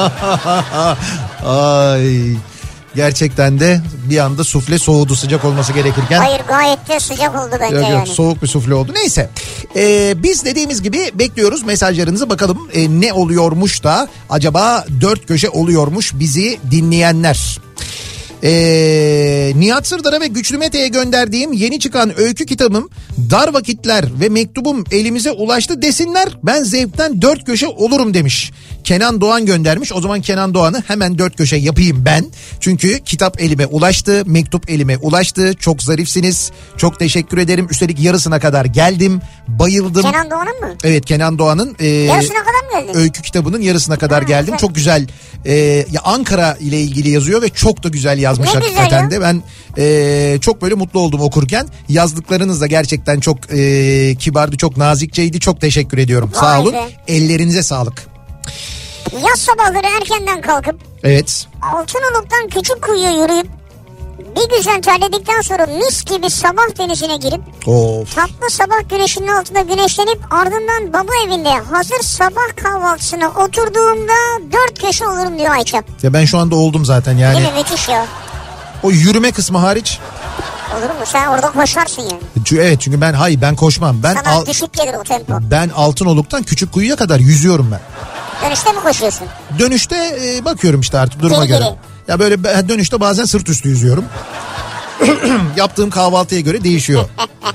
Ay. Gerçekten de bir anda sufle soğudu sıcak olması gerekirken. Hayır gayet de sıcak oldu bence yok, yok, yani. Soğuk bir sufle oldu. Neyse ee, biz dediğimiz gibi bekliyoruz mesajlarınızı, bakalım e, ne oluyormuş da acaba dört köşe oluyormuş bizi dinleyenler. Ee, Nihat Sırdar'a ve Güçlü Mete'ye gönderdiğim yeni çıkan öykü kitabım Dar Vakitler ve mektubum elimize ulaştı desinler, ben zevkten dört köşe olurum demiş. Kenan Doğan göndermiş. O zaman Kenan Doğan'ı hemen dört köşe yapayım ben. Çünkü kitap elime ulaştı, mektup elime ulaştı. Çok zarifsiniz. Çok teşekkür ederim. Üstelik yarısına kadar geldim. Bayıldım. Kenan Doğan'ın mı? Evet, Kenan Doğan'ın e, yarısına kadar mı geldin? öykü kitabının yarısına kadar Ha, geldim. güzel. Çok güzel. E, ya Ankara ile ilgili yazıyor ve çok da güzel yazmış Ne hakikaten güzel de. Ben e, çok böyle mutlu oldum okurken. Yazdıklarınız da gerçekten çok e, kibardı, çok nazikçeydi. Çok teşekkür ediyorum. Vay Sağ olun. be. Ellerinize sağlık. Yaz sabahları erkenden kalkıp Evet. Altınoluk'tan Küçükkuyu'ya yürüyüp bir güzel terledikten sonra mis gibi sabah denizine girip Of. tatlı sabah güneşinin altında güneşlenip ardından baba evinde hazır sabah kahvaltısına oturduğumda dört köşe olurum diyor Ayça. Ya ben şu anda oldum zaten yani. Değil mi? Müthiş ya. O yürüme kısmı hariç. Olur mu? Sen orada koşarsın yani. Çünkü, evet çünkü ben hayır ben koşmam. Ben Sana al, düşük gelir o tempo. ben Altınoluk'tan Küçükkuyu'ya kadar yüzüyorum ben. Dönüşte mi koşuyorsun? Dönüşte e, bakıyorum işte artık duruma Geri göre. geri. Ya böyle ben dönüşte bazen sırt üstü yüzüyorum. Yaptığım kahvaltıya göre değişiyor.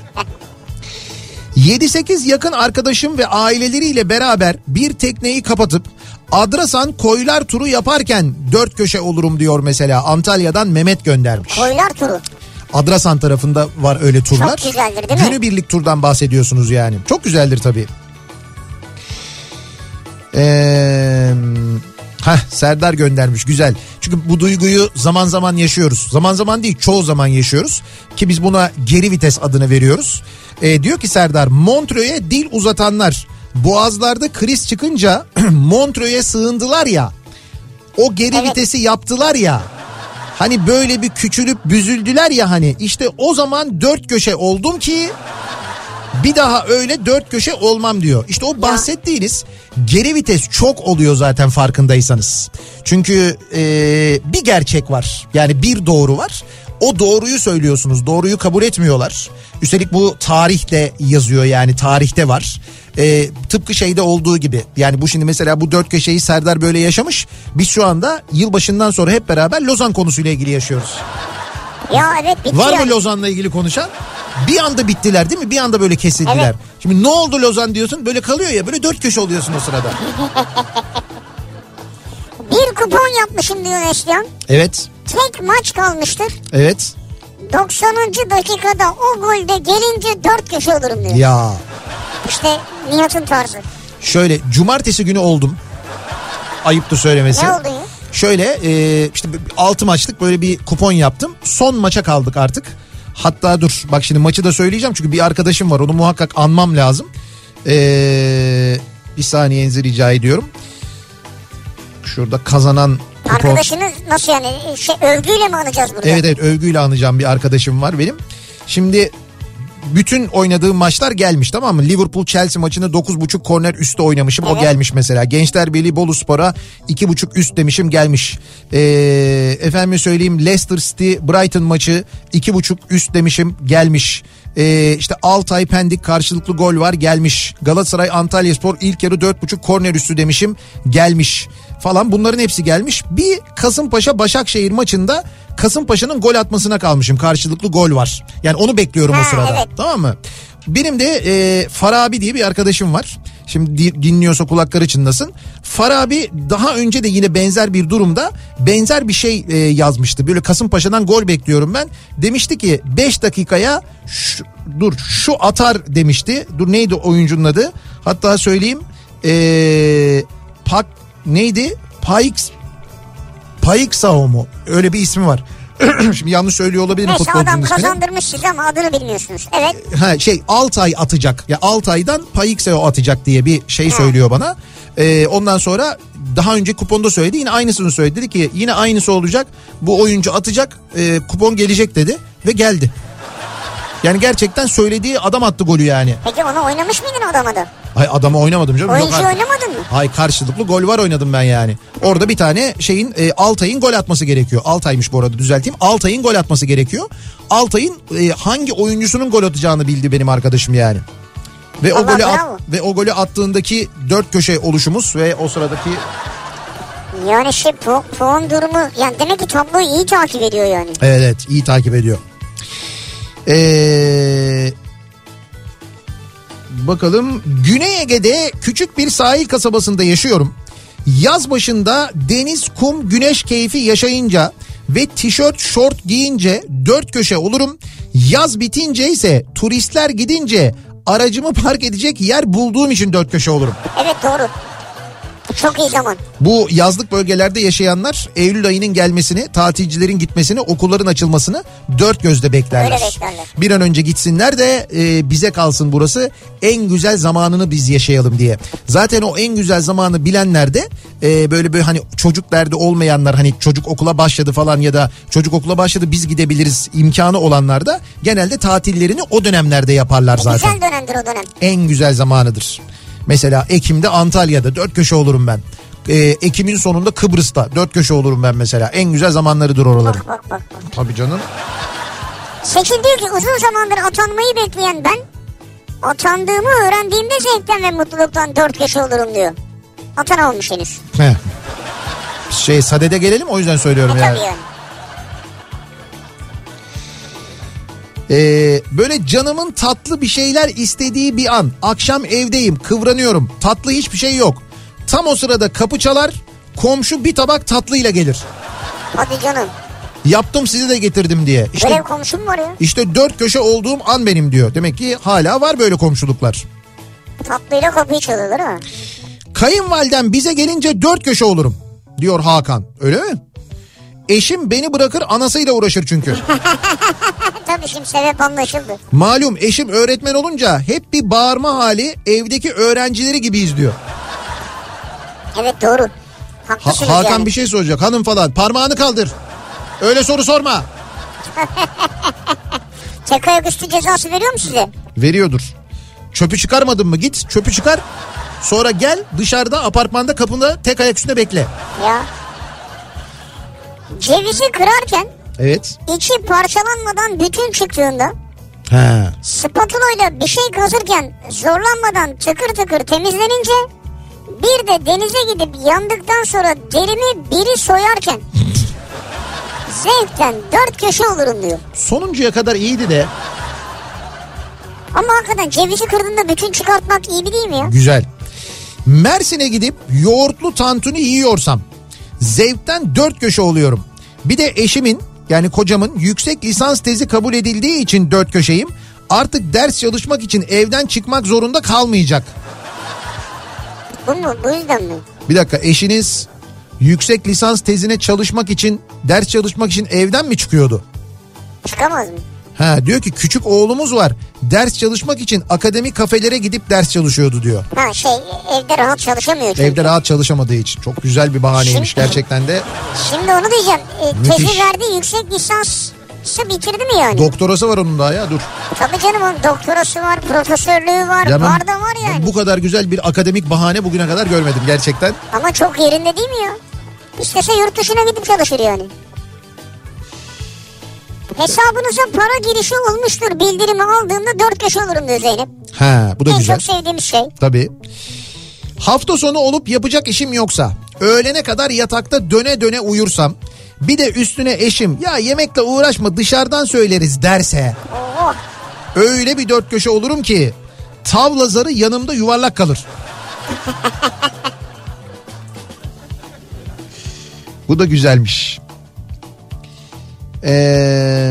yedi sekiz yakın arkadaşım ve aileleriyle beraber bir tekneyi kapatıp Adrasan Koylar turu yaparken dört köşe olurum diyor mesela. Antalya'dan Mehmet göndermiş. Koylar turu. Adrasan tarafında var öyle turlar. Çok güzeldir değil mi? Günübirlik turdan bahsediyorsunuz yani. Çok güzeldir tabii. Eee... Heh, Serdar göndermiş, güzel. Çünkü bu duyguyu zaman zaman yaşıyoruz. Zaman zaman değil, çoğu zaman yaşıyoruz. Ki biz buna geri vites adını veriyoruz. Ee, diyor ki Serdar, Montreux'e dil uzatanlar boğazlarda kriz çıkınca Montreux'e sığındılar ya. O geri Evet. vitesi yaptılar ya. Hani böyle bir küçülüp büzüldüler ya hani, işte o zaman dört köşe oldum ki bir daha öyle dört köşe olmam diyor. İşte o bahsettiğiniz geri vites çok oluyor zaten farkındaysanız. Çünkü ee, bir gerçek var, yani bir doğru var. O doğruyu söylüyorsunuz, doğruyu kabul etmiyorlar. Üstelik bu tarihte yazıyor, yani tarihte var. Ee, tıpkı şeyde olduğu gibi, yani bu şimdi mesela bu dört köşeyi Serdar böyle yaşamış. Biz şu anda yılbaşından sonra hep beraber Lozan konusuyla ilgili yaşıyoruz. Ya evet, bitti var yani. mı Lozan'la ilgili konuşan? Bir anda bittiler değil mi? Bir anda böyle kesildiler. Evet. Şimdi ne oldu Lozan diyorsun, böyle kalıyor ya, böyle dört köşe oluyorsun o sırada. Bir kupon yapmışım diyor Neslihan. Evet. Tek maç kalmıştır. Evet. doksanıncı dakikada o golde gelince dört köşe olurum diyor. Ya. İşte Nihat'ın tarzı. Şöyle cumartesi günü oldum. Ayıptır söylemesi. Ne oldu ya? Şöyle e, işte altı maçlık böyle bir kupon yaptım. Son maça kaldık artık. Hatta dur bak şimdi maçı da söyleyeceğim çünkü bir arkadaşım var, onu muhakkak anmam lazım. Ee, bir saniyenizi rica ediyorum. Şurada kazanan kupon. Arkadaşınız nasıl yani, şey, övgüyle mi anacağız burada? Evet evet, övgüyle anacağım bir arkadaşım var benim. Şimdi bütün oynadığım maçlar gelmiş, tamam mı? Liverpool Chelsea maçını dokuz buçuk korner üstü oynamışım. Evet. O gelmiş mesela. Gençler Birliği Boluspor'a iki buçuk üst demişim, gelmiş. Ee, efendim söyleyeyim, Leicester City Brighton maçı iki buçuk üst demişim, gelmiş. Ee, işte Altay Pendik karşılıklı gol var, gelmiş. Galatasaray Antalyaspor ilk yarı dört buçuk korner üstü demişim, gelmiş falan, bunların hepsi gelmiş. Bir Kasımpaşa Başakşehir maçında Kasımpaşa'nın gol atmasına kalmışım, karşılıklı gol var. Yani onu bekliyorum ha, o sırada. Evet. Tamam mı? Benim de e, Farabi diye bir arkadaşım var. Şimdi di- dinliyorsa kulakları çınlasın. Farabi daha önce de yine benzer bir durumda benzer bir şey e, yazmıştı. Böyle Kasımpaşa'dan gol bekliyorum ben. Demişti ki beş dakikaya şu, dur şu atar demişti. Dur neydi oyuncunun adı? Hatta söyleyeyim. E, Pak neydi? Paix Paixao mu? Öyle bir ismi var. Şimdi yanlış söylüyor olabilirim futbolcunun ismini. Neyse, adam kazandırmış sizi ama adını bilmiyorsunuz. Evet. Ha şey Altay atacak. Ya Altay'dan Paixao atacak diye bir şey ha. söylüyor bana. Ee, ondan sonra daha önce kuponda söyledi. Yine aynısını söyledi. Dedi ki yine aynısı olacak. Bu oyuncu atacak. E, kupon gelecek dedi. Ve geldi. Yani gerçekten söylediği adam attı golü yani. Peki onu oynamış mıydın adama da? Hayır, adamı oynamadım canım. Oyuncu oynamadın mı? Hayır, karşılıklı gol var oynadım ben yani. Orada bir tane şeyin e, Altay'ın gol atması gerekiyor. Altay'mış bu arada, düzelteyim. Altay'ın gol atması gerekiyor. Altay'ın e, hangi oyuncusunun gol atacağını bildi benim arkadaşım yani. Ve Allah o golü at, ve o golü attığındaki dört köşe oluşumuz ve o sıradaki yani şey pu- puan durumu, yani demek ki tabloyu iyi takip ediyor yani. Evet, evet iyi takip ediyor. Eee Bakalım, Güney Ege'de küçük bir sahil kasabasında yaşıyorum. Yaz başında deniz, kum, güneş keyfi yaşayınca ve tişört, şort giyince dört köşe olurum. Yaz bitince ise turistler gidince aracımı park edecek yer bulduğum için dört köşe olurum. Evet, doğru. Çok iyi zaman. Bu yazlık bölgelerde yaşayanlar Eylül ayının gelmesini, tatilcilerin gitmesini, okulların açılmasını dört gözle beklerler. Öyle beklerler. Bir an önce gitsinler de e, bize kalsın burası, en güzel zamanını biz yaşayalım diye. Zaten o en güzel zamanı bilenler de e, böyle böyle hani çocuk derdi olmayanlar, hani çocuk okula başladı falan ya da çocuk okula başladı biz gidebiliriz imkanı olanlar da genelde tatillerini o dönemlerde yaparlar zaten. Güzel dönemdir o dönem. En güzel zamanıdır. Mesela Ekim'de Antalya'da dört köşe olurum ben. Ee, Ekim'in sonunda Kıbrıs'ta dört köşe olurum ben mesela. En güzel zamanlarıdır oraların. Bak bak bak. bak. Tabii canım. Seçil diyor ki uzun zamandır atanmayı bekleyen ben atandığımı öğrendiğimde zevkten ve mutluluktan dört köşe olurum diyor. Atan olmuş henüz. Heh. Şey sadede gelelim, o yüzden söylüyorum e, yani. Tabii yani. Ee, böyle canımın tatlı bir şeyler istediği bir an, akşam evdeyim, kıvranıyorum, tatlı hiçbir şey yok. Tam o sırada kapı çalar, komşu bir tabak tatlıyla gelir. Hadi canım. Yaptım sizi de getirdim diye. İşte, böyle komşum var ya. İşte dört köşe olduğum an benim diyor. Demek ki hala var böyle komşuluklar. Tatlıyla kapıyı çalıyorlar ha. Kayınvalidem bize gelince dört köşe olurum diyor Hakan. Öyle mi? Eşim beni bırakır, anasıyla uğraşır çünkü. Tabii şimdi sebep anlaşıldı. Malum eşim öğretmen olunca hep bir bağırma hali, evdeki öğrencileri gibi izliyor. Evet, doğru. Haklısınız ha- Hakan yani. bir şey soracak, hanım falan parmağını kaldır. Öyle soru sorma. Tek ayak üstü cezası veriyor mu size? Veriyordur. Çöpü çıkarmadın mı? Git çöpü çıkar. Sonra gel dışarıda apartmanda kapında tek ayak üstünde bekle. Ya. Cevizi kırarken Evet. içi parçalanmadan bütün çıktığında He. spatula ile bir şey kazırken zorlanmadan tıkır tıkır temizlenince bir de denize gidip yandıktan sonra derimi biri soyarken zevkten dört köşe olurum diyor. Sonuncuya kadar iyiydi de. Ama hakikaten cevizi kırdığında bütün çıkartmak iyi bir değil mi ya? Güzel. Mersin'e gidip yoğurtlu tantuni yiyorsam zevkten dört köşe oluyorum. Bir de eşimin yani kocamın yüksek lisans tezi kabul edildiği için dört köşeyim. Artık ders çalışmak için evden çıkmak zorunda kalmayacak. Bu mu? Bu yüzden mi? Bir dakika, eşiniz yüksek lisans tezine çalışmak için, ders çalışmak için evden mi çıkıyordu? Çıkamaz mı? Ha, diyor ki küçük oğlumuz var. Ders çalışmak için akademik kafelere gidip ders çalışıyordu diyor. Ha şey evde rahat çalışamıyor çünkü. Evde rahat çalışamadığı için. Çok güzel bir bahaneymiş Şimdi- gerçekten de. Şimdi onu diyeceğim. E, tezi Müthiş. verdi, yüksek lisansı bitirdi mi yani? Doktorası var onun daha ya, dur. Tabii canım, onun doktorası var, profesörlüğü var, Ya ben- var da var yani. ben bu kadar güzel bir akademik bahane bugüne kadar görmedim gerçekten. Ama çok yerinde değil mi ya? İstese yurt dışına gidip çalışır yani. Hesabınıza para girişi olmuştur bildirimi aldığımda dört köşe olurum diyor Zeynep. Ha, bu da En güzel. çok sevdiğimiz şey. Tabii. Hafta sonu olup yapacak işim yoksa, öğlene kadar yatakta döne döne uyursam, bir de üstüne eşim ya yemekle uğraşma dışarıdan söyleriz derse, Oo. öyle bir dört köşe olurum ki tavla zarı yanımda yuvarlak kalır. Bu da güzelmiş. Ee,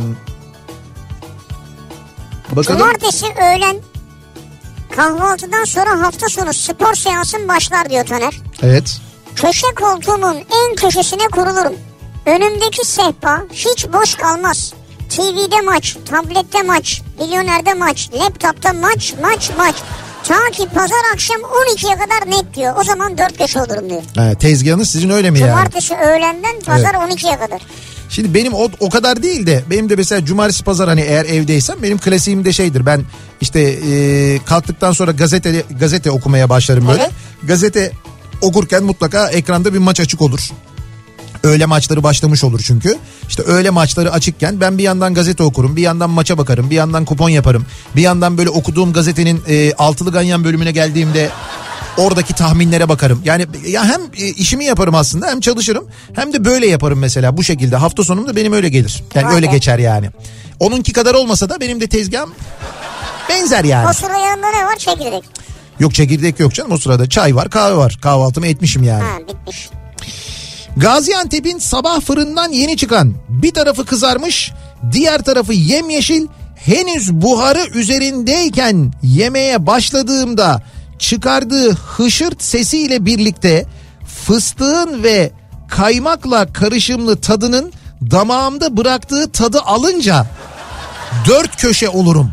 bakalım. Cumartesi öğlen kahvaltıdan sonra hafta sonu spor seansım başlar diyor Taner. Evet. Köşe koltuğumun en köşesine kurulurum. Önümdeki sehpa hiç boş kalmaz. T V'de maç, tablette maç, milyonerde maç, laptopta maç, maç, maç. Ta ki pazar akşam on ikiye kadar net diyor. O zaman dört köşe olurum diyor. Ha, tezgahınız sizin öyle mi yani? Cumartesi öğlenden pazar Evet. on ikiye kadar. Şimdi benim o, o kadar değil de benim de mesela cumartesi pazar hani eğer evdeysem benim klasiğim de şeydir. Ben işte e, kalktıktan sonra gazete gazete okumaya başlarım böyle. Evet. Gazete okurken mutlaka ekranda bir maç açık olur. Öğle maçları başlamış olur çünkü. İşte öğle maçları açıkken ben bir yandan gazete okurum, bir yandan maça bakarım, bir yandan kupon yaparım. Bir yandan böyle okuduğum gazetenin e, altılı ganyan bölümüne geldiğimde oradaki tahminlere bakarım. Yani ya hem e, işimi yaparım aslında, hem çalışırım, hem de böyle yaparım mesela bu şekilde. Hafta sonum da benim öyle gelir. Yani Vay öyle be. geçer yani. Onunki kadar olmasa da benim de tezgahım benzer yani. O sırada yanında ne var? Çekirdek. Yok, çekirdek yok canım, o sırada çay var, kahve var. Kahvaltımı etmişim yani. Ha bitmiş. Gaziantep'in sabah fırından yeni çıkan, bir tarafı kızarmış, diğer tarafı yemyeşil, henüz buharı üzerindeyken yemeye başladığımda çıkardığı hışırt sesiyle birlikte fıstığın ve kaymakla karışımlı tadının damağımda bıraktığı tadı alınca dört köşe olurum.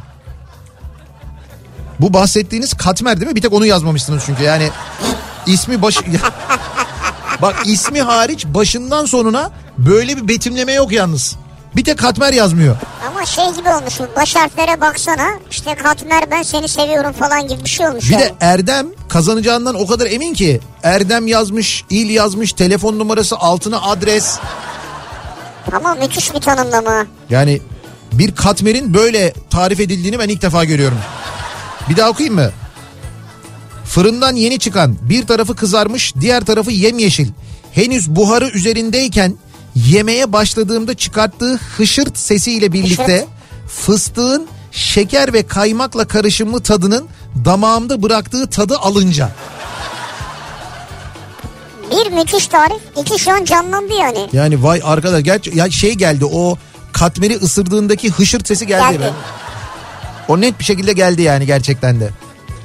Bu bahsettiğiniz katmer değil mi? Bir tek onu yazmamışsınız çünkü yani ismi baş... Bak ismi hariç başından sonuna böyle bir betimleme yok yalnız. Bir tek katmer yazmıyor. Ama şey gibi olmuş bu. Baş harflere baksana. İşte katmer ben seni seviyorum falan gibi bir şey olmuş. Bir yani. de Erdem kazanacağından o kadar emin ki. Erdem yazmış, il yazmış, telefon numarası, altına adres. Ama müthiş bir tanımlama. Yani bir katmerin böyle tarif edildiğini ben ilk defa görüyorum. Bir daha okuyayım mı? Fırından yeni çıkan, bir tarafı kızarmış, diğer tarafı yemyeşil, henüz buharı üzerindeyken yemeye başladığımda çıkarttığı hışırt sesiyle birlikte Hışırt. fıstığın şeker ve kaymakla karışımlı tadının damağımda bıraktığı tadı alınca. Bir müthiş tarif. İki şu an canlandı yani. Yani vay arkadaş, gerçi ya şey geldi, o katmeri ısırdığındaki hışırt sesi geldi. Geldi. be. O net bir şekilde geldi yani gerçekten de.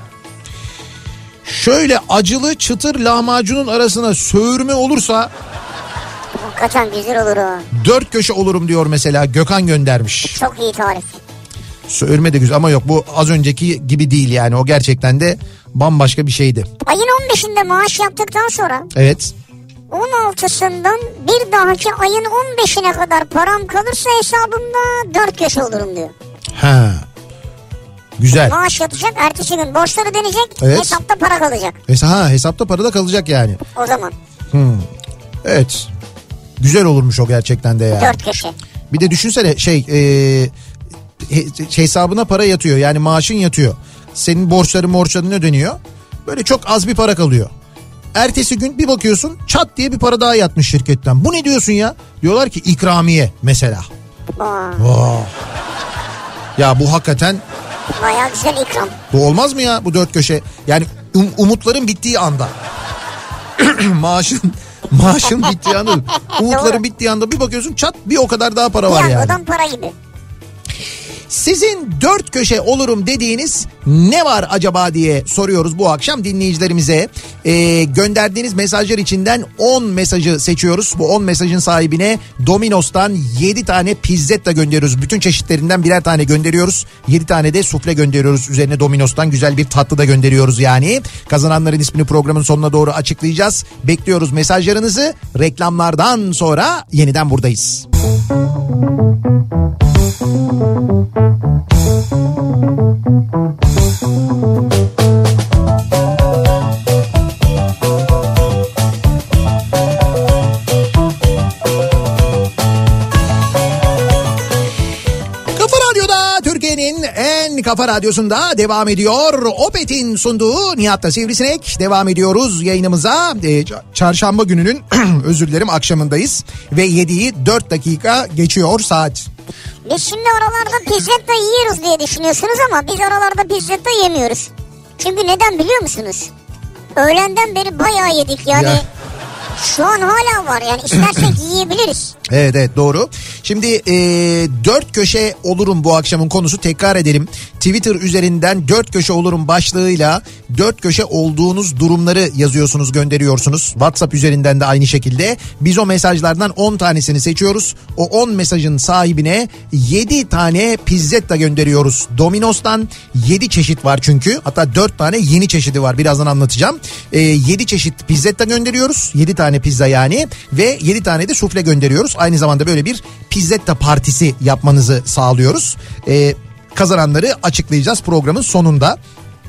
Şöyle acılı çıtır lahmacunun arasına söğürme olursa Hakikaten güzel olur o. dört köşe olurum diyor mesela, Gökhan göndermiş. Çok iyi tarif. Söğürme de güzel ama yok, bu az önceki gibi değil yani, o gerçekten de bambaşka bir şeydi. Ayın on beşinde maaş yaptıktan sonra Evet. on altısından bir dahaki ayın on beşine kadar param kalırsa hesabımda dört köşe olurum diyor. Ha. Güzel. Maaş yatacak, ertesi gün borçları dönecek, evet. hesapta para kalacak. Hes- ha, hesapta para da kalacak yani. O zaman. Hmm. Evet. Güzel olurmuş o gerçekten de ya. Dört köşe. Bir de düşünsene şey e, he, hesabına para yatıyor, yani maaşın yatıyor. Senin borçların borçların ödeniyor. Böyle çok az bir para kalıyor. Ertesi gün bir bakıyorsun çat diye bir para daha yatmış şirketten. Bu ne diyorsun ya? Diyorlar ki ikramiye mesela. Aa. Wow. Ya bu hakikaten... Bayağı güzel ikram. Bu olmaz mı ya bu dört köşe? Yani um, umutların bittiği anda. maaşın maaşın bittiği anda. Umutların bittiği anda bir bakıyorsun çat bir o kadar daha para var yani. Piyangodan para gibi. Sizin dört köşe olurum dediğiniz ne var acaba diye soruyoruz bu akşam dinleyicilerimize. Ee, gönderdiğiniz mesajlar içinden on mesajı seçiyoruz. Bu on mesajın sahibine Domino's'tan yedi tane pizzetta gönderiyoruz. Bütün çeşitlerinden birer tane gönderiyoruz. yedi tane de sufle gönderiyoruz. Üzerine Domino's'tan güzel bir tatlı da gönderiyoruz yani. Kazananların ismini programın sonuna doğru açıklayacağız. Bekliyoruz mesajlarınızı. Reklamlardan sonra yeniden buradayız. Kafa Radyosu'nda devam ediyor. Opet'in sunduğu Nihat'la Sivrisinek. Devam ediyoruz yayınımıza. Ee, çarşamba gününün özür dilerim akşamındayız. Ve yediği dört dakika geçiyor saat. Biz şimdi aralarda pizzetta yiyoruz diye düşünüyorsunuz ama biz aralarda pizzetta yemiyoruz. Çünkü neden biliyor musunuz? Öğlenden beri bayağı yedik yani. Ya. Şu an hala var yani istersek yiyebiliriz. Evet evet doğru. Şimdi e, dört köşe olurum bu akşamın konusu, tekrar edelim. Twitter üzerinden dört köşe olurum başlığıyla dört köşe olduğunuz durumları yazıyorsunuz, gönderiyorsunuz. WhatsApp üzerinden de aynı şekilde. Biz o mesajlardan on tanesini seçiyoruz. O on mesajın sahibine yedi tane pizzetta gönderiyoruz. Domino's'tan yedi çeşit var çünkü. Hatta dört tane yeni çeşidi var, birazdan anlatacağım. E, yedi çeşit pizzetta gönderiyoruz. yedi tane pizza yani ve yedi tane de sufle gönderiyoruz. Aynı zamanda böyle bir pizzetta partisi yapmanızı sağlıyoruz. Ee, kazananları açıklayacağız programın sonunda.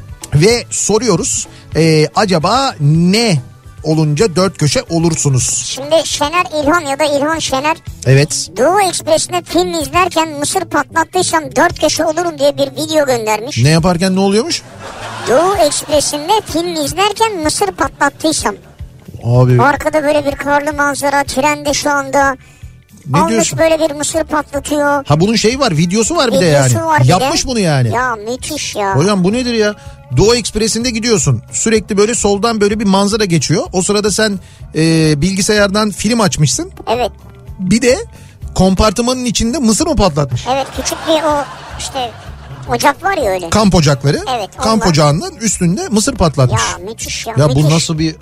Ve soruyoruz e, acaba ne olunca dört köşe olursunuz? Şimdi Şener İlhan ya da İlhan Şener. Evet. Doğu Ekspresi'nde film izlerken mısır patlattıysam dört köşe olurum diye bir video göndermiş. Ne yaparken ne oluyormuş? Doğu Ekspresi'nde film izlerken mısır patlattıysam. Abi. Arkada böyle bir karlı manzara, trende şu anda. Ne almış diyorsun? Böyle bir mısır patlatıyor. Ha bunun şeyi var, videosu var bir videosu de yani. Var Yapmış de. bunu yani. Ya müthiş ya. Hocam bu nedir ya? Doğu Ekspresi'nde gidiyorsun. Sürekli böyle soldan böyle bir manzara geçiyor. O sırada sen e, bilgisayardan film açmışsın. Evet. Bir de kompartımanın içinde mısır mı patlatmış? Evet, küçük bir o işte ocak var ya öyle. Kamp ocakları. Evet. Kamp onlar. ocağının üstünde mısır patlatmış. Ya müthiş ya. Ya müthiş. bu nasıl bir...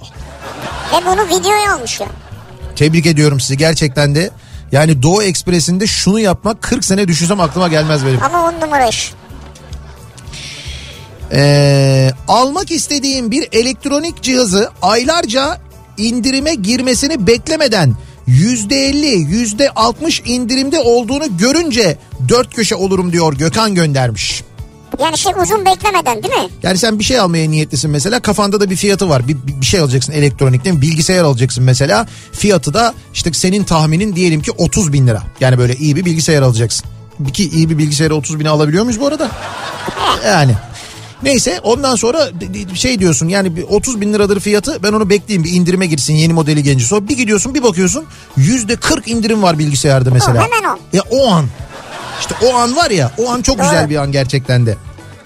Ve bunu videoya almış ya. Tebrik ediyorum sizi gerçekten de. Yani Doğu Ekspresi'nde şunu yapmak kırk sene düşünsem aklıma gelmez benim. Ama on numara iş. Ee, almak istediğim bir elektronik cihazı aylarca indirime girmesini beklemeden yüzde elli, yüzde altmış indirimde olduğunu görünce dört köşe olurum diyor Gökhan göndermiş. Yani şey uzun beklemeden değil mi? Yani sen bir şey almaya niyetlisin mesela, kafanda da bir fiyatı var. Bir, bir şey alacaksın elektronik değil mi? Bilgisayar alacaksın mesela. Fiyatı da işte senin tahminin diyelim ki otuz bin lira. Yani böyle iyi bir bilgisayar alacaksın. Ki iyi bir bilgisayarı otuz bine alabiliyor muyuz bu arada? Yani. Neyse ondan sonra şey diyorsun yani otuz bin liradır fiyatı, ben onu bekleyeyim bir indirime girsin yeni modeli genci. Sonra bir gidiyorsun bir bakıyorsun yüzde kırk indirim var bilgisayarda mesela. O, hemen o. Ya o an işte o an var ya, o an çok güzel bir an gerçekten de.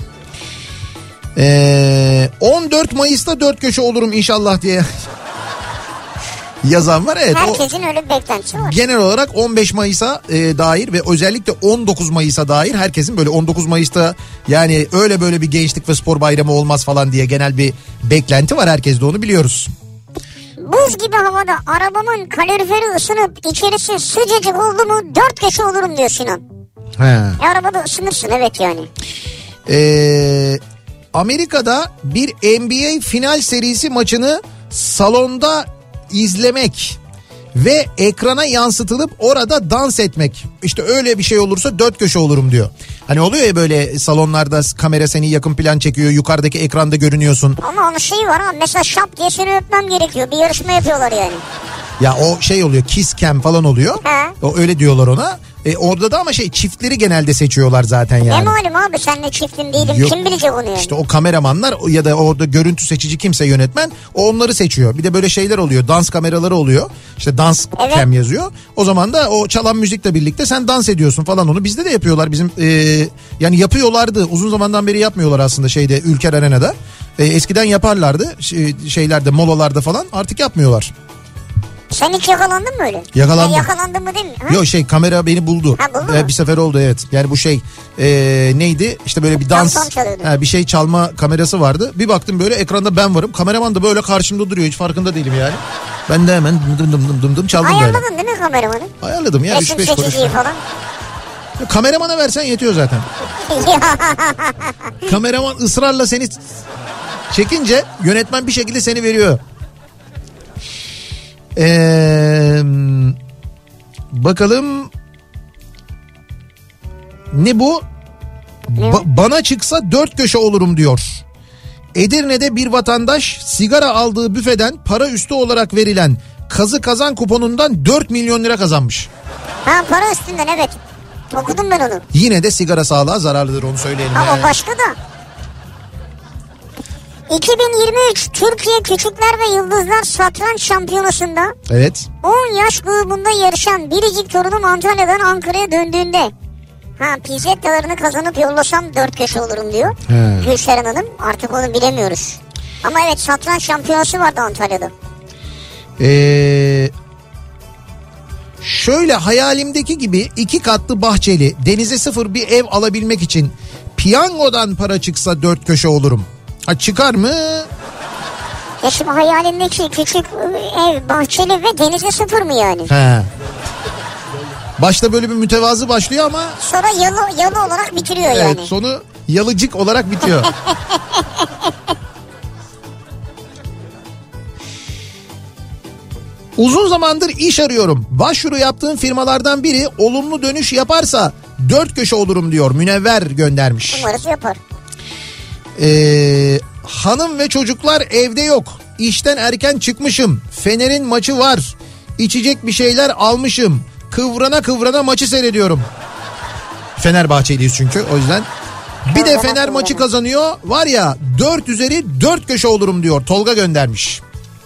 Ee, on dört Mayıs'ta dört köşe olurum inşallah diye yazan var. Evet, herkesin o, öyle bir beklentisi var. Genel olarak on beş Mayıs'a e, dair ve özellikle on dokuz Mayıs'a dair herkesin böyle on dokuz Mayıs'ta yani öyle böyle bir gençlik ve spor bayramı olmaz falan diye genel bir beklenti var. Herkes de onu biliyoruz. Buz gibi havada arabamın kaloriferi ısınıp içerisi sıcacık oldu mu dört köşe olurum diyor Sinan. He. E arabada ısınırsın evet yani. Ee, Amerika'da bir N B A final serisi maçını salonda izlemek ve ekrana yansıtılıp orada dans etmek. İşte öyle bir şey olursa dört köşe olurum diyor. Hani oluyor ya böyle salonlarda kamera seni yakın plan çekiyor, yukarıdaki ekranda görünüyorsun. Ama onun şeyi var ha, mesela şap diye seni öpmem gerekiyor, bir yarışma yapıyorlar yani. Ya o şey oluyor, kiss cam falan oluyor. He. O öyle diyorlar ona. E orada da ama şey, çiftleri genelde seçiyorlar zaten yani. Ne malum abi, sen de çiftin değilim, Yok, kim bilecek onu yani. İşte o kameramanlar ya da orada görüntü seçici kimse, yönetmen, o onları seçiyor. Bir de böyle şeyler oluyor, dans kameraları oluyor. İşte dans evet. cam yazıyor. O zaman da o çalan müzikle birlikte sen dans ediyorsun falan, onu bizde de yapıyorlar. Bizim e, yani yapıyorlardı, uzun zamandan beri yapmıyorlar aslında şeyde, Ülker Arena'da. E, eskiden yaparlardı şey, şeylerde, molalarda falan, artık yapmıyorlar. Sen hiç yakalandın mı öyle? Yakalandım. Ya yakalandın mı değil mi? Ha? Yok şey, kamera beni buldu. Ha, buldu ee, mu? bir sefer oldu evet. Yani bu şey ee, neydi işte böyle bir dans, ha, bir şey çalma kamerası vardı. Bir baktım böyle ekranda ben varım. Kameraman da böyle karşımda duruyor, hiç farkında değilim yani. Ben de hemen dım dım dım dım dım çaldım. Ayarladın böyle. değil mi kameramanı? Ayarladım ya, üç beş Resim kuruş. çekiciyi falan. Kameramana versen yetiyor zaten. Kameraman ısrarla seni çekince yönetmen bir şekilde seni veriyor. Ee, bakalım ne bu? Ba- bana çıksa dört köşe olurum diyor. Edirne'de bir vatandaş sigara aldığı büfeden para üstü olarak verilen kazı kazan kuponundan dört milyon lira kazanmış. Ha, para üstünden, evet. Okudum ben onu. Yine de sigara sağlığa zararlıdır, onu söyleyelim. Ama yani. başka da. iki bin yirmi üç Türkiye Küçükler ve Yıldızlar Satranç Şampiyonası'nda Evet. on yaş grubunda yarışan biricik torunum Antalya'dan Ankara'ya döndüğünde ha pizzettalarını kazanıp yollasam dört köşe olurum diyor. He. Gülşeren Hanım, artık onu bilemiyoruz. Ama evet, satranç şampiyonası vardı Antalya'da. Ee, şöyle hayalimdeki gibi iki katlı bahçeli, denize sıfır bir ev alabilmek için piyangodan para çıksa dört köşe olurum. Ha, çıkar mı? Ya şimdi hayalindeki küçük ev, bahçeli ve denize sıfır mı yani? He. Başta böyle bir mütevazı başlıyor ama Sonra yalı, yalı olarak bitiriyor evet, yani. sonu yalıcık olarak bitiyor. Uzun zamandır iş arıyorum. Başvuru yaptığım firmalardan biri olumlu dönüş yaparsa dört köşe olurum diyor. Münevver göndermiş. Umarız yapar. Ee, hanım ve çocuklar evde yok. İşten erken çıkmışım. Fener'in maçı var. İçecek bir şeyler almışım. Kıvrana kıvrana maçı seyrediyorum. Fenerbahçeliyiz çünkü, o yüzden. Bir de Fener maçı kazanıyor. Var ya, dört üzeri dört köşe olurum diyor. Tolga göndermiş.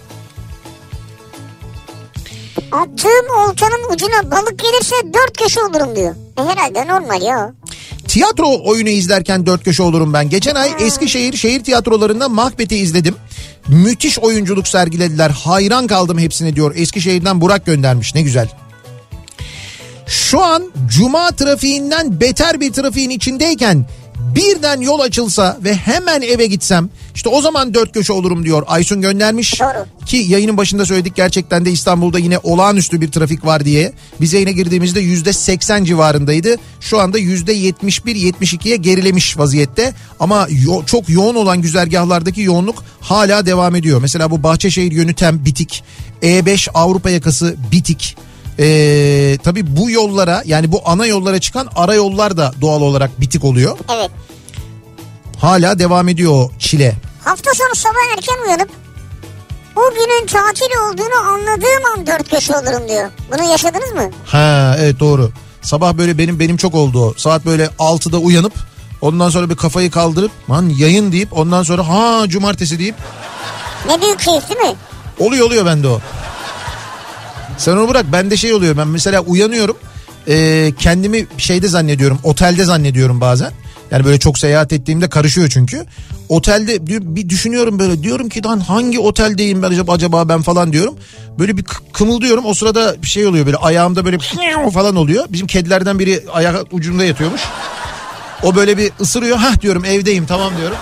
Attığım oltanın ucuna balık gelirse dört köşe olurum diyor. E herhalde normal ya. Tiyatro oyunu izlerken dört köşe olurum ben. Geçen ay Eskişehir şehir tiyatrolarında Macbeth'i izledim. Müthiş oyunculuk sergilediler. Hayran kaldım hepsine diyor. Eskişehir'den Burak göndermiş. Ne güzel. Şu an cuma trafiğinden beter bir trafiğin içindeyken birden yol açılsa ve hemen eve gitsem, işte o zaman dört köşe olurum diyor. Aysun göndermiş. Doğru. Ki yayının başında söyledik, gerçekten de İstanbul'da yine olağanüstü bir trafik var diye. Biz yayına girdiğimizde yüzde seksen civarındaydı. Şu anda yüzde yetmiş bir yetmiş ikiye gerilemiş vaziyette. Ama yo- çok yoğun olan güzergahlardaki yoğunluk hala devam ediyor. Mesela bu Bahçeşehir yönü tem bitik. E beş Avrupa yakası bitik. Ee, tabii bu yollara, yani bu ana yollara çıkan ara yollar da doğal olarak bitik oluyor. Evet. Hala devam ediyor o çile. Hafta sonu sabah erken uyanıp o günün tatil olduğunu anladığım an dört köşe olurum diyor. Bunu yaşadınız mı? Ha evet, doğru. Sabah böyle benim benim çok oldu o. Saat böyle altıda uyanıp ondan sonra bir kafayı kaldırıp lan yayın deyip ondan sonra ha cumartesi deyip. Ne büyük keyif değil mi? Oluyor oluyor bende o. Sen onu bırak, bende şey oluyor, ben mesela uyanıyorum e, kendimi şeyde zannediyorum, otelde zannediyorum bazen. Yani böyle çok seyahat ettiğimde karışıyor çünkü. Otelde bir düşünüyorum böyle, diyorum ki lan hangi oteldeyim ben acaba, acaba ben falan diyorum. Böyle bir kımıldıyorum, o sırada bir şey oluyor böyle ayağımda böyle falan oluyor. Bizim kedilerden biri ayak ucunda yatıyormuş. O böyle bir ısırıyor, hah diyorum evdeyim tamam diyorum.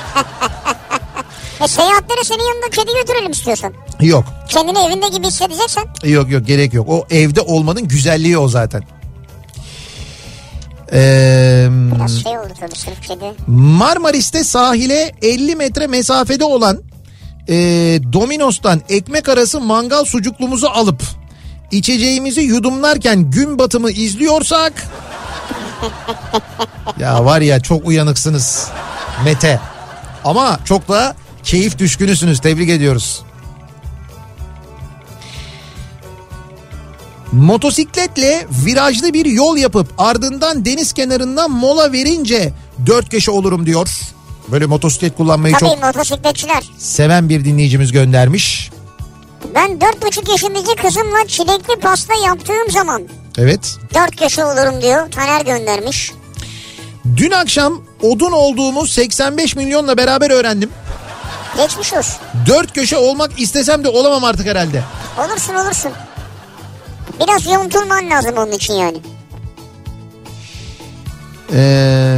E seyahatlere senin yanında kedi götürelim istiyorsan. Yok. Kendini evinde gibi hissedeceksen. Yok yok, gerek yok. O evde olmanın güzelliği o zaten. Ee, Biraz şey oldu tabii sırf kedi. Marmaris'te sahile elli metre mesafede olan e, Domino's'tan ekmek arası mangal sucuklumuzu alıp içeceğimizi yudumlarken gün batımı izliyorsak... Ya var ya, çok uyanıksınız Mete. Ama çok da keyif düşkünüsünüz. Tebrik ediyoruz. Motosikletle virajlı bir yol yapıp ardından deniz kenarından mola verince dört köşe olurum diyor. Böyle motosiklet kullanmayı Tabii, çok motosikletçiler seven bir dinleyicimiz göndermiş. Ben dört buçuk yaşındaki kızımla çilekli pasta yaptığım zaman Evet. dört köşe olurum diyor. Taner göndermiş. Dün akşam odun olduğumu seksen beş milyonla beraber öğrendim. Geçmiş olsun. Dört köşe olmak istesem de olamam artık herhalde. Olursun olursun. Biraz yontulman lazım onun için yani. Eee...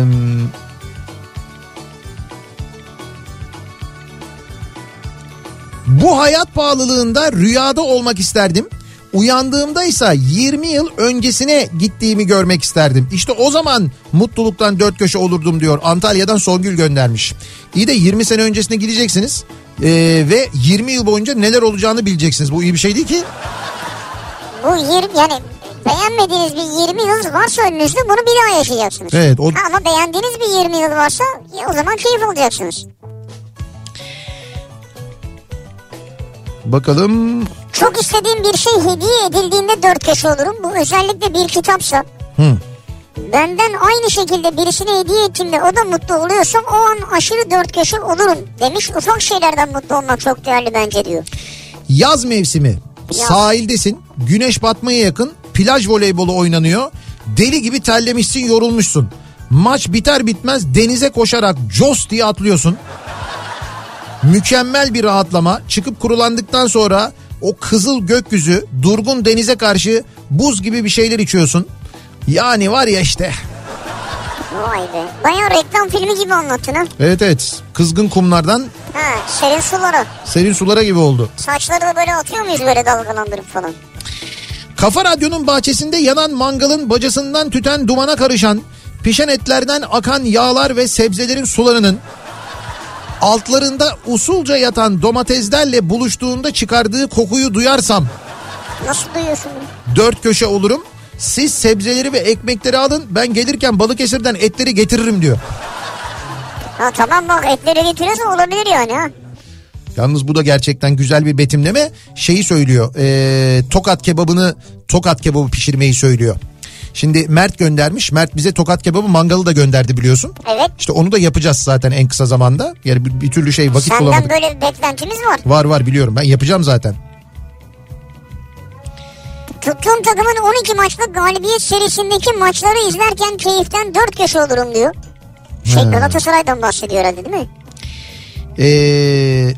Bu hayat pahalılığında rüyada olmak isterdim. Uyandığımda ise yirmi yıl öncesine gittiğimi görmek isterdim. İşte o zaman mutluluktan dört köşe olurdum diyor. Antalya'dan Songül göndermiş. İyi de yirmi sene öncesine gideceksiniz. Ee, ve yirmi yıl boyunca neler olacağını bileceksiniz. Bu iyi bir şey değil ki. Bu yirmi yani beğenmediğiniz bir yirmi yıl varsa önünüzde bunu bir daha yaşayacaksınız. Evet. O... Ha, ama beğendiğiniz bir yirmi yıl varsa o zaman keyif alacaksınız. Bakalım. Çok istediğim bir şey hediye edildiğinde dört köşe olurum. Bu özellikle bir kitapsa. Hı. Benden aynı şekilde birisine hediye ettiğimde o da mutlu oluyorsam o an aşırı dört köşe olurum demiş. Ufak şeylerden mutlu olmak çok değerli bence diyor. Yaz mevsimi. Yaz. Sahildesin. Güneş batmaya yakın. Plaj voleybolu oynanıyor. Deli gibi terlemişsin, yorulmuşsun. Maç biter bitmez denize koşarak jos diye atlıyorsun. Mükemmel bir rahatlama. Çıkıp kurulandıktan sonra o kızıl gökyüzü, durgun denize karşı buz gibi bir şeyler içiyorsun. Yani var ya işte. Vay be. Bayağı reklam filmi gibi anlattın ha. Evet evet. Kızgın kumlardan Ha, serin sulara. serin sulara gibi oldu. Saçları da böyle atıyor muyuz böyle dalgalandırıp falan? Kafa Radyo'nun bahçesinde yanan mangalın bacasından tüten dumana karışan, pişen etlerden akan yağlar ve sebzelerin sularının altlarında usulca yatan domateslerle buluştuğunda çıkardığı kokuyu duyarsam Nasıl duyuyorsun bunu? dört köşe olurum. Siz sebzeleri ve ekmekleri alın, ben gelirken Balıkesir'den etleri getiririm diyor. Ha tamam, bak etleri getiriyorsa olabilir yani ha. Yalnız bu da gerçekten güzel bir betimleme. Şeyi söylüyor, ee, tokat kebabını, tokat kebabı pişirmeyi söylüyor. Şimdi Mert göndermiş. Mert bize tokat kebabı mangalı da gönderdi biliyorsun. Evet. İşte onu da yapacağız zaten en kısa zamanda. Yani bir, bir türlü şey vakit Senden bulamadık. böyle bir beklentimiz var. Var var biliyorum, ben yapacağım zaten. Tuttuğum takımın on iki maçlık galibiyet serisindeki maçları izlerken keyiften dört köşe olurum diyor. Şey Hmm. Galatasaray'dan bahsediyor herhalde değil mi? Ee,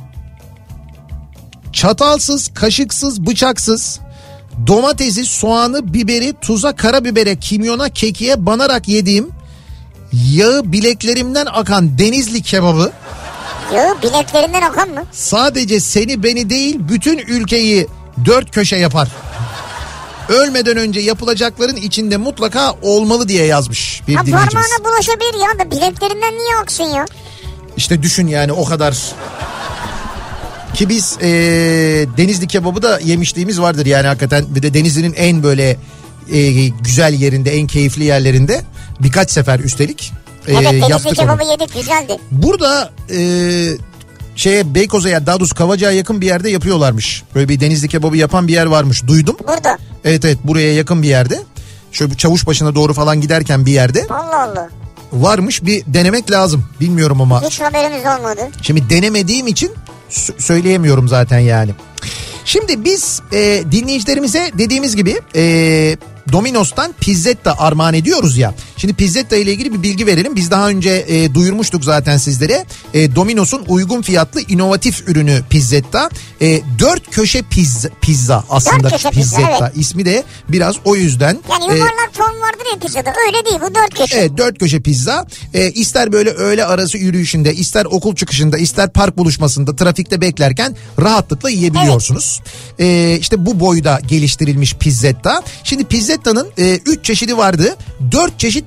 çatalsız, kaşıksız, bıçaksız domatesi, soğanı, biberi, tuza, karabibere, kimyona, kekiğe banarak yediğim, yağı bileklerimden akan Denizli kebabı Yağı bileklerinden akan mı? sadece seni beni değil bütün ülkeyi dört köşe yapar. Ölmeden önce yapılacakların içinde mutlaka olmalı diye yazmış bir Ha, dinleyicimiz. parmağına bulaşabilir ya da bileklerinden niye aksın ya? İşte düşün yani, o kadar. Ki biz ee, Denizli kebabı da yemişliğimiz vardır yani hakikaten. Bir de Denizli'nin en böyle e, güzel yerinde, en keyifli yerlerinde birkaç sefer üstelik e, Evet, Denizli yaptık kebabı onu. yedik, güzeldi. Burada e, şeye Beykoz'a, ya daha doğrusu Kavacık'a yakın bir yerde yapıyorlarmış. Böyle bir Denizli kebabı yapan bir yer varmış, duydum. Burada. Evet evet, buraya yakın bir yerde. Şöyle bir Çavuşbaşı'na doğru falan giderken bir yerde Allah Allah. varmış, bir denemek lazım. Bilmiyorum ama. Hiç haberimiz olmadı. Şimdi denemediğim için s- söyleyemiyorum zaten yani. Şimdi biz e, dinleyicilerimize dediğimiz gibi e, Domino's'tan pizzetta armağan ediyoruz ya. Şimdi pizzetta ile ilgili bir bilgi verelim. Biz daha önce e, duyurmuştuk zaten sizlere. E, Domino's'un uygun fiyatlı inovatif ürünü pizzetta. E, dört köşe pizza, pizza aslında Dört köşe pizza, pizzetta. evet. İsmi de biraz o yüzden. Yani e, yuvarlak form vardır ya pizzada, öyle değil, bu dört köşe. Evet, dört köşe pizza. E, ister böyle öğle arası yürüyüşünde, ister okul çıkışında, ister park buluşmasında, trafikte beklerken rahatlıkla yiyebiliyorsunuz. Evet. E, işte bu boyda geliştirilmiş pizzetta. Şimdi pizzettanın e, üç çeşidi vardı. dört çeşit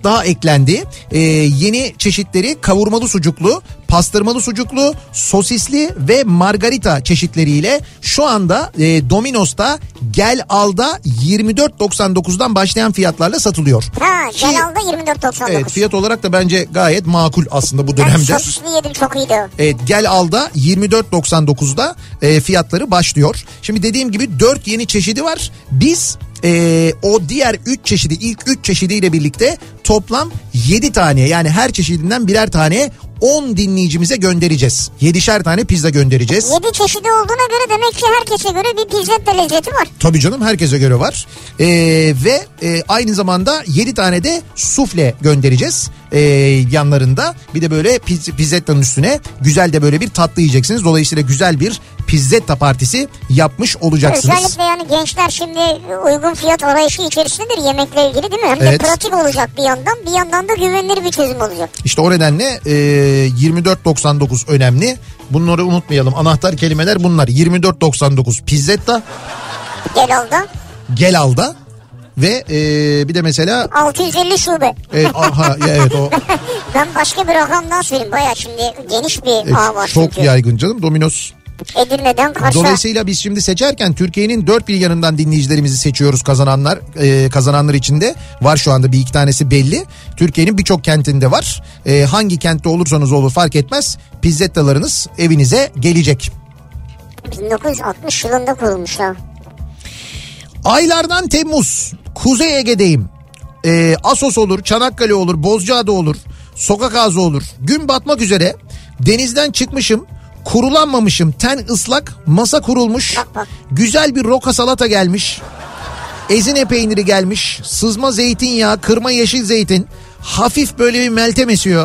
çeşit daha eklendi. Ee, yeni çeşitleri kavurmalı sucuklu, pastırmalı sucuklu, sosisli ve margarita çeşitleriyle şu anda e, Domino's'ta Gel Al'da yirmi dört doksan dokuzdan başlayan fiyatlarla satılıyor. Ha, Ki, Gel Al'da yirmi dört doksan dokuz. evet, fiyat olarak da bence gayet makul aslında bu dönemde. Ben sosisli yedim, çok iyiydi o. Evet, Gel Al'da yirmi dört doksan dokuzda e, fiyatları başlıyor. Şimdi dediğim gibi dört yeni çeşidi var. Biz e, o diğer üç çeşidi, ilk üç çeşidiyle birlikte toplam yedi tane, yani her çeşidinden birer tane on dinleyicimize göndereceğiz. yedişer tane pizza göndereceğiz. yedi çeşidi olduğuna göre demek ki herkese göre bir pizzetta lezzeti var. Tabii canım, herkese göre var. Ee, ve e, aynı zamanda yedi tane de sufle göndereceğiz ee, yanlarında. Bir de böyle piz, pizzettanın üstüne güzel de böyle bir tatlı yiyeceksiniz. Dolayısıyla güzel bir pizzetta partisi yapmış olacaksınız. Özellikle yani gençler şimdi uygun fiyat arayışı içerisindedir yemekle ilgili, değil mi? Hem de Evet. pratik olacak bir yandan, bir yandan da güvenilir bir çözüm olacak. İşte o nedenle e, yirmi dört doksan dokuz önemli. Bunları unutmayalım. Anahtar kelimeler bunlar. yirmi dört doksan dokuz pizzetta. Gel Al'da. Gel Al'da. Ve e, bir de mesela altı yüz elli şube. evet, aha, ya evet o Ben başka bir rakam daha söyleyeyim. Baya şimdi geniş bir e, ağ var çok çünkü. yaygın canım. Domino's. Edirne'den Kars'a. Dolayısıyla biz şimdi seçerken Türkiye'nin dört bir yanından dinleyicilerimizi seçiyoruz, kazananlar. Ee, kazananlar içinde var şu anda bir iki tanesi belli. Türkiye'nin birçok kentinde var. Ee, hangi kentte olursanız olur fark etmez. Pizzettalarınız evinize gelecek. bin dokuz yüz altmış yılında kurulmuş ha. Aylardan Temmuz. Kuzey Ege'deyim. Ee, Assos olur, Çanakkale olur, Bozcaada olur, Sokak Ağzı olur. Gün batmak üzere. Denizden çıkmışım. Kurulanmamışım, ten ıslak, masa kurulmuş, Bak, bak. güzel bir roka salata gelmiş, ezine peyniri gelmiş, sızma zeytinyağı, kırma yeşil zeytin, hafif böyle bir meltem esiyor,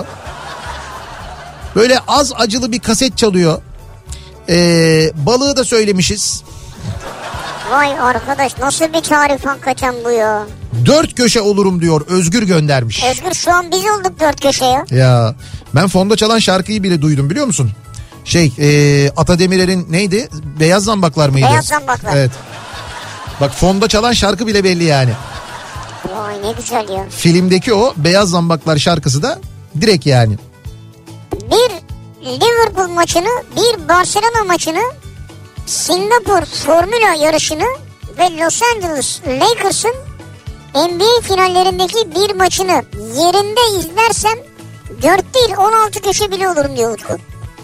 böyle az acılı bir kaset çalıyor, ee, balığı da söylemişiz. Vay arkadaş, nasıl bir tarif hakikaten bu ya. Dört köşe olurum diyor, Özgür göndermiş. Özgür, şu an biz olduk dört köşeye. Ya ben fonda çalan şarkıyı bile duydum, biliyor musun? Şey e, Ata Demirer'in neydi? Beyaz Zambaklar mıydı? Beyaz Zambaklar. Evet. Bak, fonda çalan şarkı bile belli yani. Vay ne güzel ya. Filmdeki o Beyaz Zambaklar şarkısı da direkt yani. Bir Liverpool maçını, bir Barcelona maçını, Singapur Formula yarışını ve Los Angeles Lakers'ın N B A finallerindeki bir maçını yerinde izlersem dört değil on altı köşe bile olurum diyor Utku.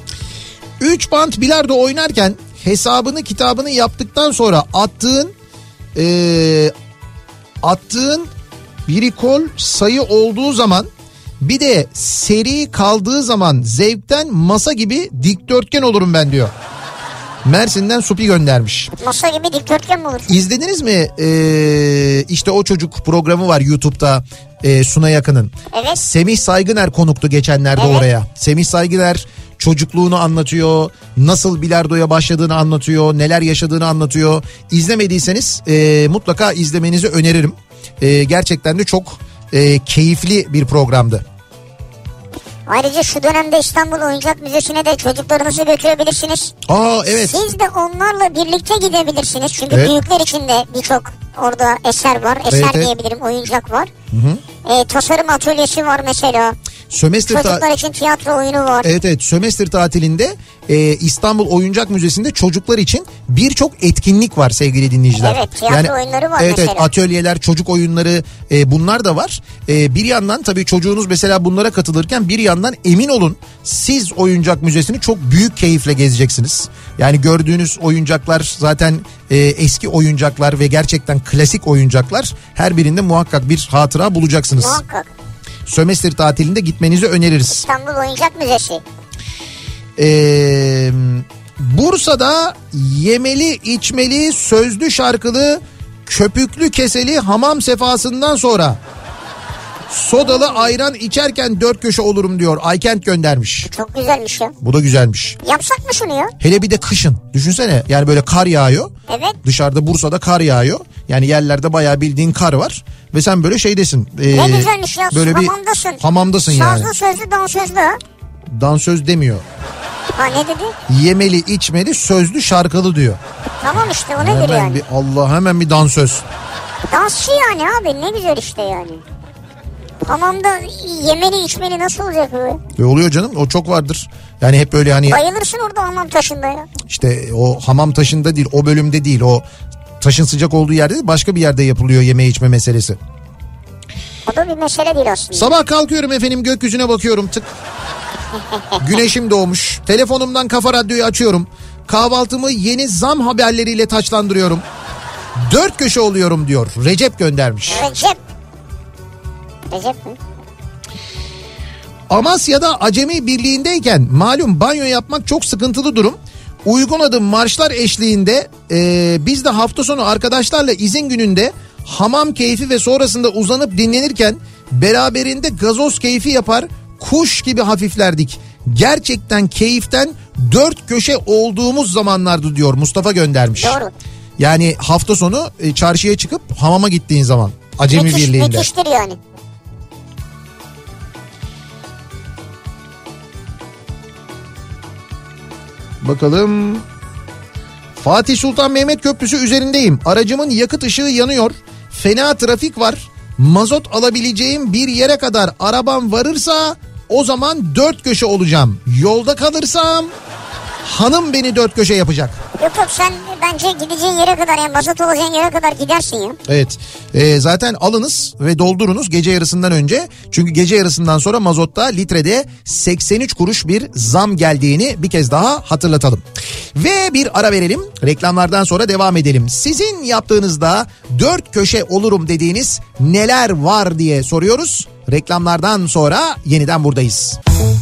Üç bant bilardo oynarken hesabını kitabını yaptıktan sonra attığın ee, attığın birikol sayı olduğu zaman, bir de seri kaldığı zaman zevkten masa gibi dikdörtgen olurum ben diyor. Mersin'den Supi göndermiş. Masa gibi dikdörtgen mi olur? İzlediniz mi? Ee, işte o çocuk programı var YouTube'da, e, Suna Yakın'ın. Evet. Semih Saygıner konuktu geçenlerde Evet. oraya. Semih Saygıner çocukluğunu anlatıyor, nasıl bilardoya başladığını anlatıyor, neler yaşadığını anlatıyor. İzlemediyseniz e, mutlaka izlemenizi öneririm. E, gerçekten de çok e, keyifli bir programdı. Ayrıca şu dönemde İstanbul Oyuncak Müzesi'ne de çocuklarınızı götürebilirsiniz. Aa evet. Siz de onlarla birlikte gidebilirsiniz. Çünkü Evet. büyükler için de birçok orada eser var. Eser Evet, evet. diyebilirim, oyuncak var. Hı hı. E, tasarım atölyesi var mesela. Sömestr ta- Çocuklar için tiyatro oyunu var. Evet evet, sömestr tatilinde e, İstanbul Oyuncak Müzesi'nde çocuklar için birçok etkinlik var sevgili dinleyiciler. Evet, tiyatro oyunları var evet, mesela. Evet, atölyeler, çocuk oyunları, e, bunlar da var. E, bir yandan tabii çocuğunuz mesela bunlara katılırken bir yandan emin olun siz Oyuncak Müzesi'ni çok büyük keyifle gezeceksiniz. Yani gördüğünüz oyuncaklar zaten e, eski oyuncaklar ve gerçekten klasik oyuncaklar, her birinde muhakkak bir hatıra bulacaksınız. Muhakkak. Sömestr tatilinde gitmenizi öneririz. İstanbul Oyuncak Müzesi. Ee, Bursa'da yemeli, içmeli, sözlü, şarkılı, köpüklü, keseli hamam sefasından sonra sodalı ayran içerken dört köşe olurum diyor. Aykent göndermiş. Çok güzelmiş ya. Bu da güzelmiş. Yapsak mı şunu ya? Hele bir de kışın. Düşünsene, yani böyle kar yağıyor. Evet. Dışarıda Bursa'da kar yağıyor. Yani yerlerde bayağı bildiğin kar var. Ve sen böyle şeydesin. E, Ne güzelmiş ya. Böyle hamamdasın. Bir, hamamdasın yani. Sazlı sözlü dansözlü ha. Dansöz demiyor. Ha ne dedi? Yemeli, içmeli, sözlü, şarkılı diyor. Tamam işte o nedir Hemen yani? bir Allah, hemen bir dansöz. Dansçı yani abi, ne güzel işte yani. Hamamda yemeli içmeli nasıl olacak bu? E oluyor canım, o çok vardır. Yani hep böyle hani... Bayılırsın orada hamam taşında ya. İşte o hamam taşında değil, o bölümde değil, o taşın sıcak olduğu yerde değil, başka bir yerde yapılıyor yeme içme meselesi. O da bir mesele değil aslında. Sabah kalkıyorum efendim, gökyüzüne bakıyorum, tık. Güneşim doğmuş. Telefonumdan Kafa Radyo'yu açıyorum. Kahvaltımı yeni zam haberleriyle taçlandırıyorum. Dört köşe oluyorum diyor. Recep göndermiş. Recep. Recep mi? Amasya'da Acemi Birliği'ndeyken malum banyo yapmak çok sıkıntılı durum. Uygun adım marşlar eşliğinde e, biz de hafta sonu arkadaşlarla izin gününde hamam keyfi ve sonrasında uzanıp dinlenirken beraberinde gazoz keyfi yapar, kuş gibi hafiflerdik. Gerçekten keyiften dört köşe olduğumuz zamanlardı diyor, Mustafa göndermiş. Doğru. Yani hafta sonu e, çarşıya çıkıp hamama gittiğin zaman Acemi Müthiş, Birliği'nde. Müthiştir yani. Bakalım. Fatih Sultan Mehmet Köprüsü üzerindeyim. Aracımın yakıt ışığı yanıyor. Fena trafik var. Mazot alabileceğim bir yere kadar arabam varırsa o zaman dört köşe olacağım. Yolda kalırsam hanım beni dört köşe yapacak. Yok yok, sen bence gideceğin yere kadar, yani mazot olacağın yere kadar gidersin ya. Evet, ee, zaten alınız ve doldurunuz gece yarısından önce. Çünkü gece yarısından sonra mazotta litrede seksen üç kuruş bir zam geldiğini bir kez daha hatırlatalım. Ve bir ara verelim, reklamlardan sonra devam edelim. Sizin yaptığınızda dört köşe olurum dediğiniz neler var diye soruyoruz. Reklamlardan sonra yeniden buradayız.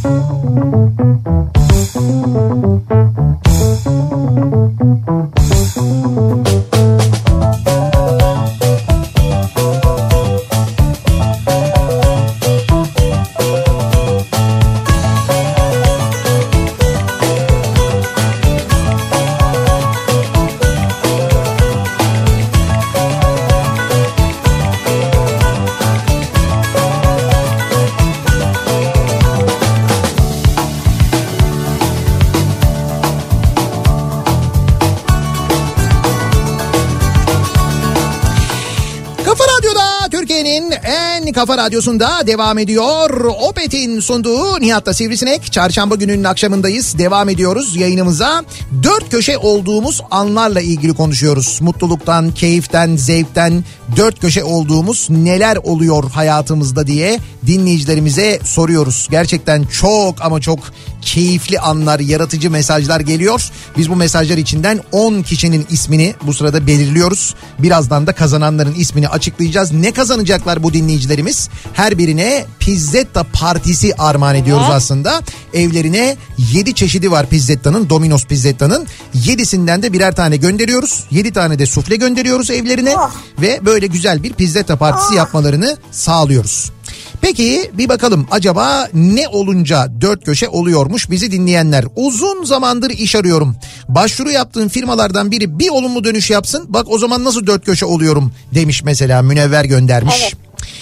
Kafa Radyosu'nda devam ediyor. Opet'in sunduğu Nihat'la Sivrisinek. Çarşamba gününün akşamındayız. Devam ediyoruz yayınımıza. Dört köşe olduğumuz anlarla ilgili konuşuyoruz. Mutluluktan, keyiften, zevkten dört köşe olduğumuz neler oluyor hayatımızda diye dinleyicilerimize soruyoruz. Gerçekten çok ama çok keyifli anlar, yaratıcı mesajlar geliyor. Biz bu mesajlar içinden on kişinin ismini bu sırada belirliyoruz. Birazdan da kazananların ismini açıklayacağız. Ne kazanacaklar bu dinleyicilerimiz? Her birine Pizzetta partisi armağan ediyoruz aslında. Evlerine yedi çeşidi var Pizzetta'nın, Domino's Pizzetta'nın. yedisinden de birer tane gönderiyoruz. yedi tane de sufle gönderiyoruz evlerine. Oh. Ve böyle güzel bir Pizzetta partisi oh. yapmalarını sağlıyoruz. Peki bir bakalım acaba ne olunca dört köşe oluyormuş bizi dinleyenler. Uzun zamandır iş arıyorum. Başvuru yaptığım firmalardan biri bir olumlu dönüş yapsın. Bak o zaman nasıl dört köşe oluyorum demiş mesela, Münevver göndermiş. Evet.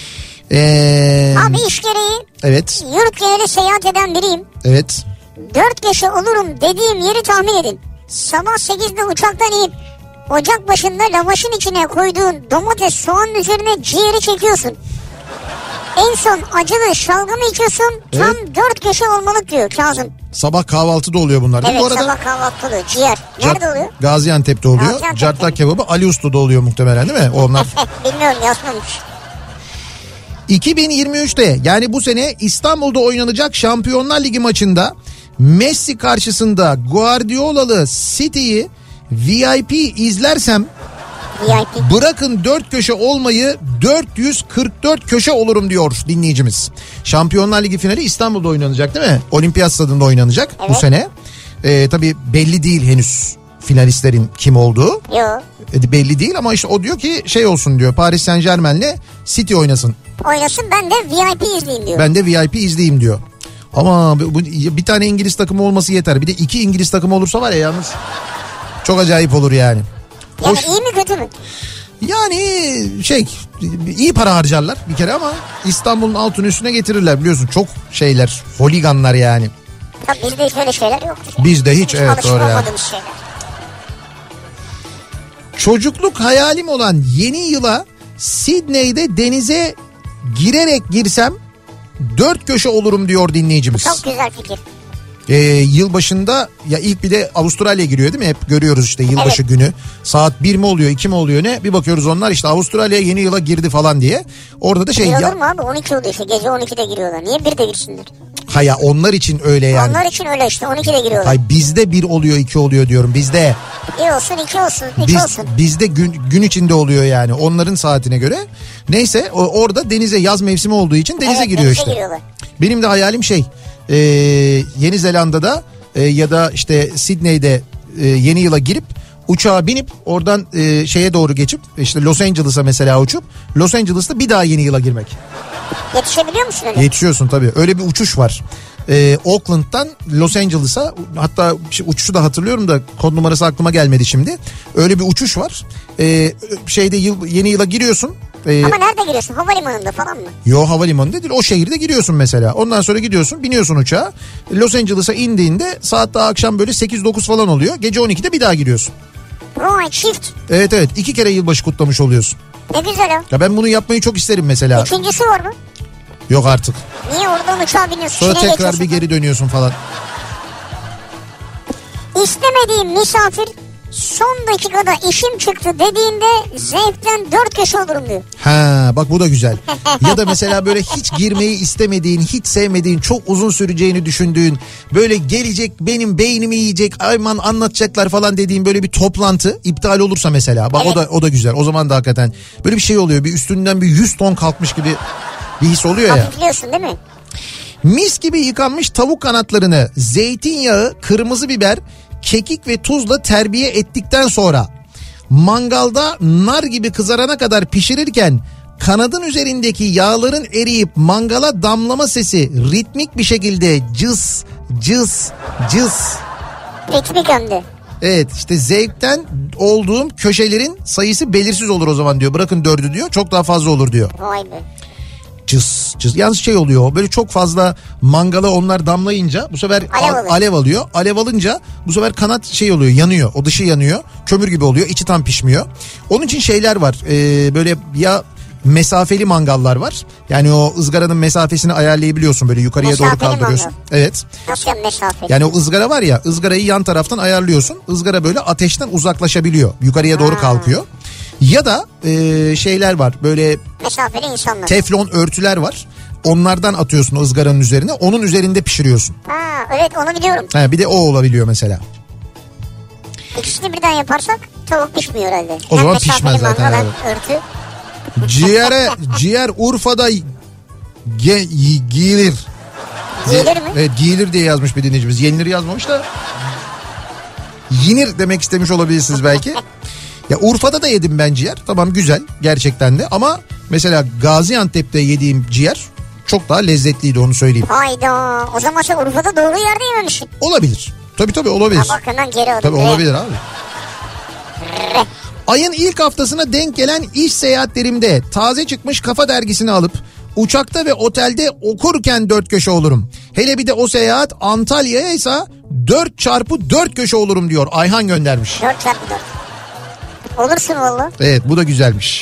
Ee, Abi iş gereği evet. yurt geneli seyahat eden biriyim. Evet. Dört köşe olurum dediğim yeri tahmin edin. Sabah sekizde uçaktan inip ocak başında lavaşın içine koyduğun domates soğanın üzerine ciğeri çekiyorsun. En son acılı şalgamı içiyorsun. Tam evet. dört köşe olmalık diyor Kazım. Sabah kahvaltıda oluyor bunlar değil mi? Evet, bu arada, sabah kahvaltıda oluyor. Ciğer. Nerede Cat, oluyor? Gaziantep'te oluyor. Gaziantep'te. Cartlak kebabı Ali Usta'da oluyor muhtemelen değil mi? Onlar. Bilmiyorum, yazmamış. iki bin yirmi üçte yani bu sene İstanbul'da oynanacak Şampiyonlar Ligi maçında Messi karşısında Guardiola'lı City'yi V I P izlersem V I P. Bırakın dört köşe olmayı dört yüz kırk dört köşe olurum diyor dinleyicimiz. Şampiyonlar Ligi finali İstanbul'da oynanacak değil mi? Olimpiyat Stadı'nda oynanacak evet. bu sene. Ee, tabii belli değil henüz finalistlerin kim olduğu. Yok. E, belli değil ama işte o diyor ki şey olsun diyor, Paris Saint Germain'le City oynasın. Oynasın, ben de V I P izleyeyim diyor. Ben de V I P izleyeyim diyor. Ama bu, bir tane İngiliz takımı olması yeter. Bir de iki İngiliz takımı olursa var ya yalnız çok acayip olur yani. Yani Hoş... iyi mi kötü mü? Yani şey iyi para harcarlar bir kere ama İstanbul'un altını üstüne getirirler, biliyorsun çok şeyler, holiganlar yani. Tabii bizde hiç öyle şeyler yoktur. Bizde hiç, hiç evet doğru ya. Şeyler. Çocukluk hayalim olan yeni yıla Sidney'de denize girerek girsem dört köşe olurum diyor dinleyicimiz. Çok güzel fikir. Ee, yılbaşında ya ilk bir de Avustralya giriyor değil mi? Hep görüyoruz işte yılbaşı Evet. günü. Saat bir mi oluyor iki mi oluyor ne? Bir bakıyoruz onlar işte Avustralya yeni yıla girdi falan diye. Orada da şey Bir olur ya... mu abi? on iki oluyor işte. Gece on ikide giriyorlar. Niye birde girsinler? Ha ya onlar için öyle yani. Onlar için öyle işte. on ikide giriyorlar. Hay bizde bir oluyor iki oluyor diyorum bizde. Bir olsun iki olsun. Üç Biz, olsun. bizde gün, gün içinde oluyor yani onların saatine göre. Neyse o, orada denize yaz mevsimi olduğu için denize Evet, giriyor denize işte. giriyorlar. Benim de hayalim şey e, Yeni Zelanda'da e, ya da işte Sydney'de e, yeni yıla girip uçağa binip oradan e, şeye doğru geçip işte Los Angeles'a mesela uçup Los Angeles'ta bir daha yeni yıla girmek. Yetişebiliyor musun öyle? Yetişiyorsun tabii. Öyle bir uçuş var. Ee, Auckland'dan Los Angeles'a hatta uçuşu da hatırlıyorum da kod numarası aklıma gelmedi şimdi. Öyle bir uçuş var. Ee, şeyde yıl, yeni yıla giriyorsun. Ee, Ama nerede giriyorsun? Havalimanında falan mı? Yo havalimanında değil o şehirde giriyorsun mesela. Ondan sonra gidiyorsun biniyorsun uçağa. Los Angeles'a indiğinde saat daha akşam böyle sekiz dokuz falan oluyor. Gece on ikide bir daha giriyorsun. Right shift. Evet evet iki kere yılbaşı kutlamış oluyorsun. Ne güzel o. Ya ben bunu yapmayı çok isterim mesela. İkincisi var mı? Yok artık. Niye oradan uçağa biniyorsun? Sonra Çin'e tekrar geçiyorsun. bir geri dönüyorsun falan. İstemediğim misafir son dakikada işim çıktı dediğinde zevkten dört köşe olurum diyor. Ha bak bu da güzel. Ya da mesela böyle hiç girmeyi istemediğin, hiç sevmediğin, çok uzun süreceğini düşündüğün, böyle gelecek benim beynimi yiyecek, aman anlatacaklar falan dediğin böyle bir toplantı iptal olursa mesela. Bak Evet. o da o da güzel. O zaman da hakikaten böyle bir şey oluyor. Bir üstünden bir yüz ton kalkmış gibi bir his oluyor ya. Hafifliyorsun değil mi? Mis gibi yıkanmış tavuk kanatlarını zeytinyağı, kırmızı biber, kekik ve tuzla terbiye ettikten sonra mangalda nar gibi kızarana kadar pişirirken kanadın üzerindeki yağların eriyip mangala damlama sesi ritmik bir şekilde cız cız cız. Ritmik hem de. Evet işte zevkten olduğum köşelerin sayısı belirsiz olur o zaman diyor. Bırakın dördü diyor çok daha fazla olur diyor. Vay be. Cız cız. Yalnız şey oluyor böyle çok fazla mangala onlar damlayınca bu sefer Alev al- alıyor. alev alıyor. Alev alınca bu sefer kanat şey oluyor yanıyor. O dışı yanıyor. Kömür gibi oluyor. İçi tam pişmiyor. Onun için şeyler var. Ee, böyle ya mesafeli mangallar var. Yani o ızgaranın mesafesini ayarlayabiliyorsun böyle yukarıya Mesafeli doğru kaldırıyorsun. mangal. Evet. Nasıl yani mesafe? Yani o ızgara var ya ızgarayı yan taraftan ayarlıyorsun. Izgara böyle ateşten uzaklaşabiliyor. Yukarıya doğru Ha. kalkıyor. Ya da e, şeyler var böyle Mesafeli insanlar. teflon örtüler var. Onlardan atıyorsun o ızgaranın üzerine. Onun üzerinde pişiriyorsun. Ha evet onu biliyorum. Ha, bir de o olabiliyor mesela. İkisini birden yaparsak tavuk pişmiyor herhalde. O Hem zaman mesafeli pişmez zaten, mangal hem evet. örtü. Ciğere, ciğer Urfa'da ge, giyilir. Giyilir mi? Evet giyilir diye yazmış bir dinleyicimiz. Yenilir yazmamış da. Yinir demek istemiş olabilirsiniz belki. Ya Urfa'da da yedim ben ciğer. Tamam güzel gerçekten de ama mesela Gaziantep'te yediğim ciğer çok daha lezzetliydi onu söyleyeyim. Hayda. O zaman sen Urfa'da doğru yerde yememişsin. Olabilir. Tabii tabii olabilir. Ha bak hemen geri alayım. Tabii Re. olabilir abi. Ayın ilk haftasına denk gelen iş seyahatlerimde taze çıkmış Kafa Dergisi'ni alıp uçakta ve otelde okurken dört köşe olurum. Hele bir de o seyahat Antalya'ya ise dört çarpı dört köşe olurum diyor. Ayhan göndermiş. dört çarpı dört. Olursun valla. Evet bu da güzelmiş.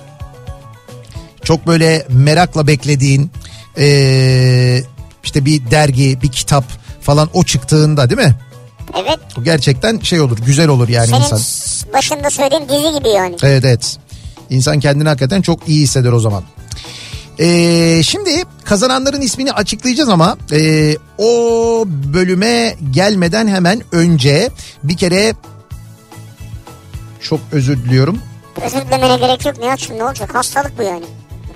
Çok böyle merakla beklediğin ee, işte bir dergi, bir kitap falan o çıktığında değil mi? Evet. O gerçekten şey olur, güzel olur yani Senin insan. başında söylediğin dizi gibi yani. Evet evet. İnsan kendini hakikaten çok iyi hisseder o zaman. Ee, şimdi kazananların ismini açıklayacağız ama e, o bölüme gelmeden hemen önce bir kere çok özür diliyorum. Özür dilemene gerek yok Nihat'cığım, ne olacak? Hastalık bu yani.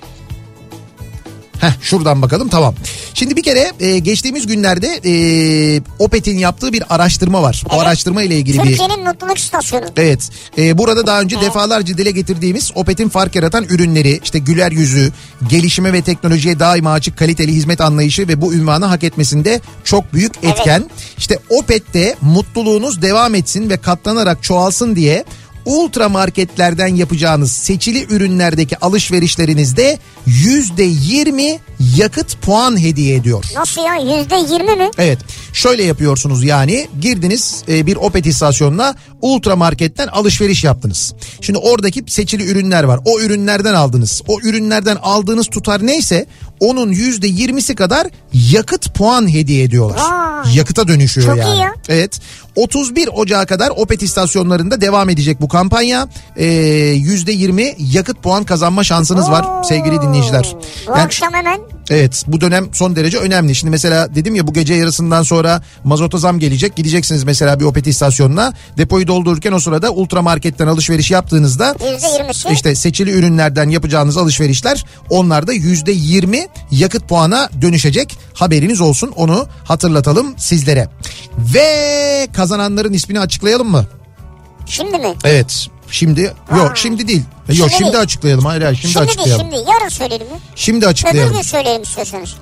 Heh, şuradan bakalım tamam. Şimdi bir kere e, geçtiğimiz günlerde e, Opet'in yaptığı bir araştırma var. Evet. O araştırma ile ilgili bir... Türkiye'nin mutluluk istasyonu. Evet. Ee, burada daha önce defalarca dile getirdiğimiz Opet'in fark yaratan ürünleri, işte güler yüzü, gelişime ve teknolojiye daima açık kaliteli hizmet anlayışı ve bu ünvanı hak etmesinde çok büyük etken. Evet. İşte Opet'te mutluluğunuz devam etsin ve katlanarak çoğalsın diye ultra marketlerden yapacağınız seçili ürünlerdeki alışverişlerinizde yüzde yirmi yakıt puan hediye ediyor. Nasıl ya, yüzde yirmi mi? Evet, şöyle yapıyorsunuz yani, girdiniz e, bir Opet istasyonuna, ultra marketten alışveriş yaptınız. Şimdi oradaki seçili ürünler var, o ürünlerden aldınız. O ürünlerden aldığınız tutar neyse onun yüzde yirmisi kadar yakıt puan hediye ediyorlar. Vay. Yakıta dönüşüyor Çok yani. iyi ya. Evet, otuz bir Ocak'a kadar Opet istasyonlarında devam edecek bu kampanya. Ee, yüzde yirmi yakıt puan kazanma şansınız Oo. var sevgili dinleyiciler. Bu Yani, akşam hemen. evet, bu dönem son derece önemli. Şimdi mesela dedim ya, bu gece yarısından sonra mazota zam gelecek. Gideceksiniz mesela bir Opet istasyonuna, depoyu doldururken o sırada ultra marketten alışveriş yaptığınızda yüzde yirmisi. işte seçili ürünlerden yapacağınız alışverişler, onlar da yüzde yirmi yakıt puana dönüşecek. Haberiniz olsun, onu hatırlatalım sizlere. Ve kazananların ismini açıklayalım mı? Şimdi mi? Evet. Şimdi Aa. yok şimdi değil. Şimdi yok şimdi değil. açıklayalım. Hayır hayır şimdi, Şimdi açıklayalım. değil, şimdi. Yarın söyleyelim mi? Şimdi Öbür açıklayalım. gün söyleyelim istiyorsanız.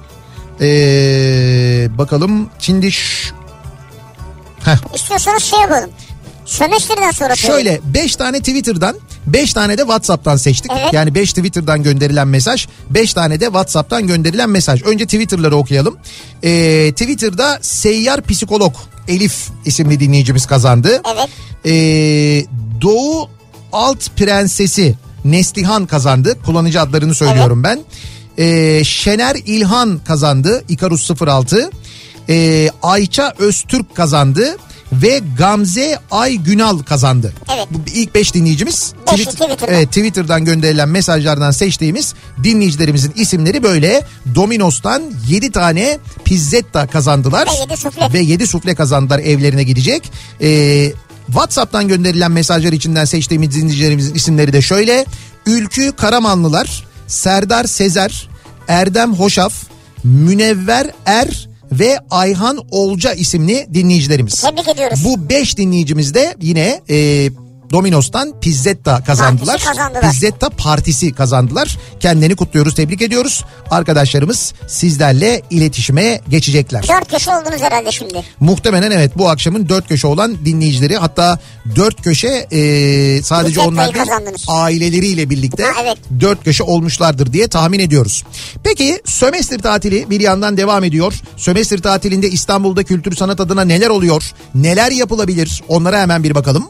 Ee, bakalım şimdi ş- Heh. İstiyorsanız şey yapalım. Sömestrden sonra söyleyelim. Şöyle beş tane Twitter'dan, beş tane de WhatsApp'tan seçtik. Evet. Yani beş Twitter'dan gönderilen mesaj, beş tane de WhatsApp'tan gönderilen mesaj. Önce Twitter'ları okuyalım. Ee, Twitter'da Seyyar Psikolog Elif isimli dinleyicimiz kazandı. Evet. Ee, Doğu Alt Prensesi Neslihan kazandı. Kullanıcı adlarını söylüyorum ben. Ee, Şener İlhan kazandı. İkarus sıfır altı. Ee, Ayça Öztürk kazandı. Ve Gamze Ay Günal kazandı. Evet. Bu ilk beş dinleyicimiz. Beşi Tweet- Twitter'dan. Evet, Twitter'dan gönderilen mesajlardan seçtiğimiz dinleyicilerimizin isimleri böyle. Domino's'tan yedi tane pizzetta kazandılar. Ve yedi sufle. Ve yedi sufle kazandılar, evlerine gidecek. Ee, WhatsApp'tan gönderilen mesajlar içinden seçtiğimiz dinleyicilerimizin isimleri de şöyle. Ülkü Karamanlılar, Serdar Sezer, Erdem Hoşaf, Münevver Er ve Ayhan Olca isimli dinleyicilerimiz. Tebrik ediyoruz. Bu beş dinleyicimiz de yine e, Domino's'tan pizzetta kazandılar. Partisi kazandılar. Pizzetta partisi kazandılar. Kendilerini kutluyoruz, tebrik ediyoruz. Arkadaşlarımız sizlerle iletişime geçecekler. Dört köşe oldunuz herhalde şimdi. Muhtemelen evet, bu akşamın dört köşe olan dinleyicileri, hatta dört köşe e, sadece Pizzettayı onlar değil, kazandınız. aileleriyle birlikte Ha, evet. dört köşe olmuşlardır diye tahmin ediyoruz. Peki sömestr tatili bir yandan devam ediyor. Sömestr tatilinde İstanbul'da kültür sanat adına neler oluyor? Neler yapılabilir? Onlara hemen bir bakalım.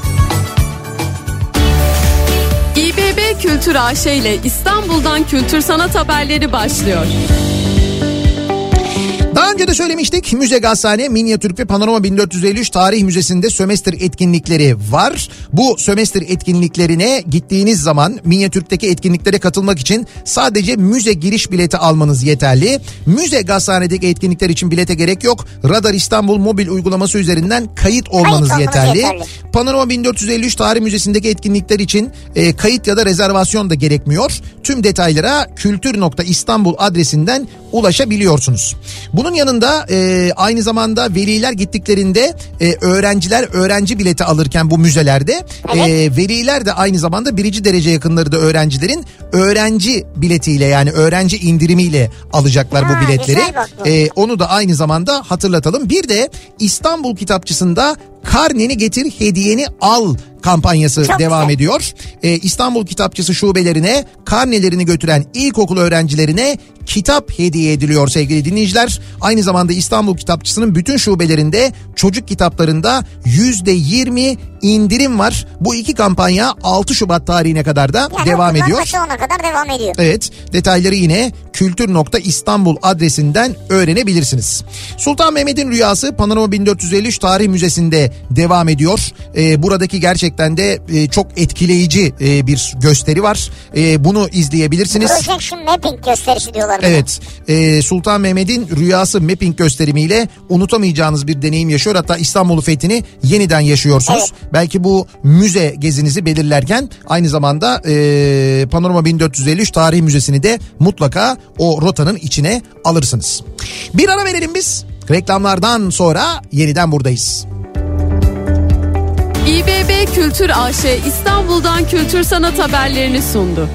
İBB Kültür A Ş ile İstanbul'dan kültür sanat haberleri başlıyor. Daha önce de söylemiştik, Müze Gazhane, Minyatürk ve Panorama bin dört yüz elli üç Tarih Müzesi'nde sömestr etkinlikleri var. Bu sömestr etkinliklerine gittiğiniz zaman Minyatürk'teki etkinliklere katılmak için sadece müze giriş bileti almanız yeterli. Müze Gazhane'deki etkinlikler için bilete gerek yok. Radar İstanbul mobil uygulaması üzerinden kayıt olmanız olmanız yeterli. yeterli. Panorama bin dört yüz elli üç Tarih Müzesi'ndeki etkinlikler için e, kayıt ya da rezervasyon da gerekmiyor. Tüm detaylara kültür nokta istanbul adresinden ulaşabiliyorsunuz. Bunun yanında e, aynı zamanda veliler gittiklerinde e, öğrenciler öğrenci bileti alırken bu müzelerde e, veliler de aynı zamanda birinci derece yakınları da öğrencilerin öğrenci biletiyle, yani öğrenci indirimiyle alacaklar Ha, bu biletleri. güzel bak bu. E, onu da aynı zamanda hatırlatalım. Bir de İstanbul Kitapçısı'nda karneni getir hediyeni al kampanyası Çok devam güzel. ediyor. Ee, İstanbul Kitapçısı şubelerine karnelerini götüren ilkokul öğrencilerine kitap hediye ediliyor sevgili dinleyiciler. Aynı zamanda İstanbul Kitapçısı'nın bütün şubelerinde çocuk kitaplarında yüzde yirmi indirim var. Bu iki kampanya altı Şubat tarihine kadar da Yani devam okuldan ediyor. başı ona kadar devam ediyor. Evet, detayları yine kültür nokta istanbul adresinden öğrenebilirsiniz. Sultan Mehmet'in Rüyası Panorama bin dört yüz elli üç Tarih Müzesi'nde devam ediyor. Ee, buradaki gerçekten de e, çok etkileyici e, bir gösteri var. E, bunu izleyebilirsiniz. Projection Mapping gösterisi diyorlar buna. Evet, e, Sultan Mehmet'in Rüyası mapping gösterimiyle unutamayacağınız bir deneyim yaşıyor. Hatta İstanbul'u fethini yeniden yaşıyorsunuz. Evet. Belki bu müze gezinizi belirlerken aynı zamanda e, Panorama bin dört yüz elli üç Tarih Müzesi'ni de mutlaka o rotanın içine alırsınız. Bir ara verelim biz. Reklamlardan sonra yeniden buradayız. İBB Kültür A Ş İstanbul'dan kültür sanat haberlerini sundu.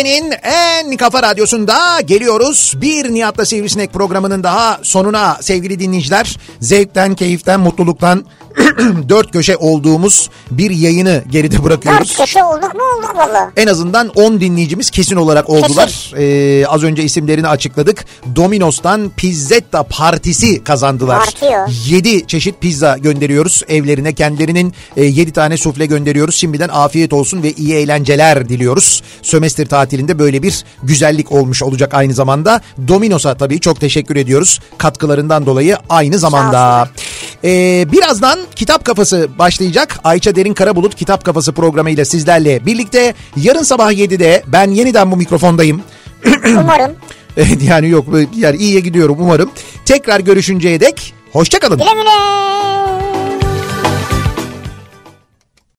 Türkiye'nin en kafa radyosunda geliyoruz. Bir Nihat'la Sivrisinek programının daha sonuna sevgili dinleyiciler. Zevkten, keyiften, mutluluktan dört köşe olduğumuz bir yayını geride bırakıyoruz. Dört köşe olduk mu olduk valla. En azından on dinleyicimiz kesin olarak oldular. Ee, az önce isimlerini açıkladık. Domino's'tan Pizzetta Partisi kazandılar. Artıyor. yedi çeşit pizza gönderiyoruz evlerine. Kendilerinin e, yedi tane sufle gönderiyoruz. Şimdiden afiyet olsun ve iyi eğlenceler diliyoruz. Sömestr tatilinde böyle bir güzellik olmuş olacak aynı zamanda. Domino's'a tabii çok teşekkür ediyoruz. Katkılarından dolayı aynı zamanda. Ee, birazdan Kitap Kafası başlayacak. Ayça Derin Karabulut Kitap Kafası programıyla sizlerle birlikte. Yarın sabah yedide ben yeniden bu mikrofondayım. Umarım. Evet, yani yok yani iyiye gidiyorum umarım. Tekrar görüşünceye dek hoşça kalın. Güle güle.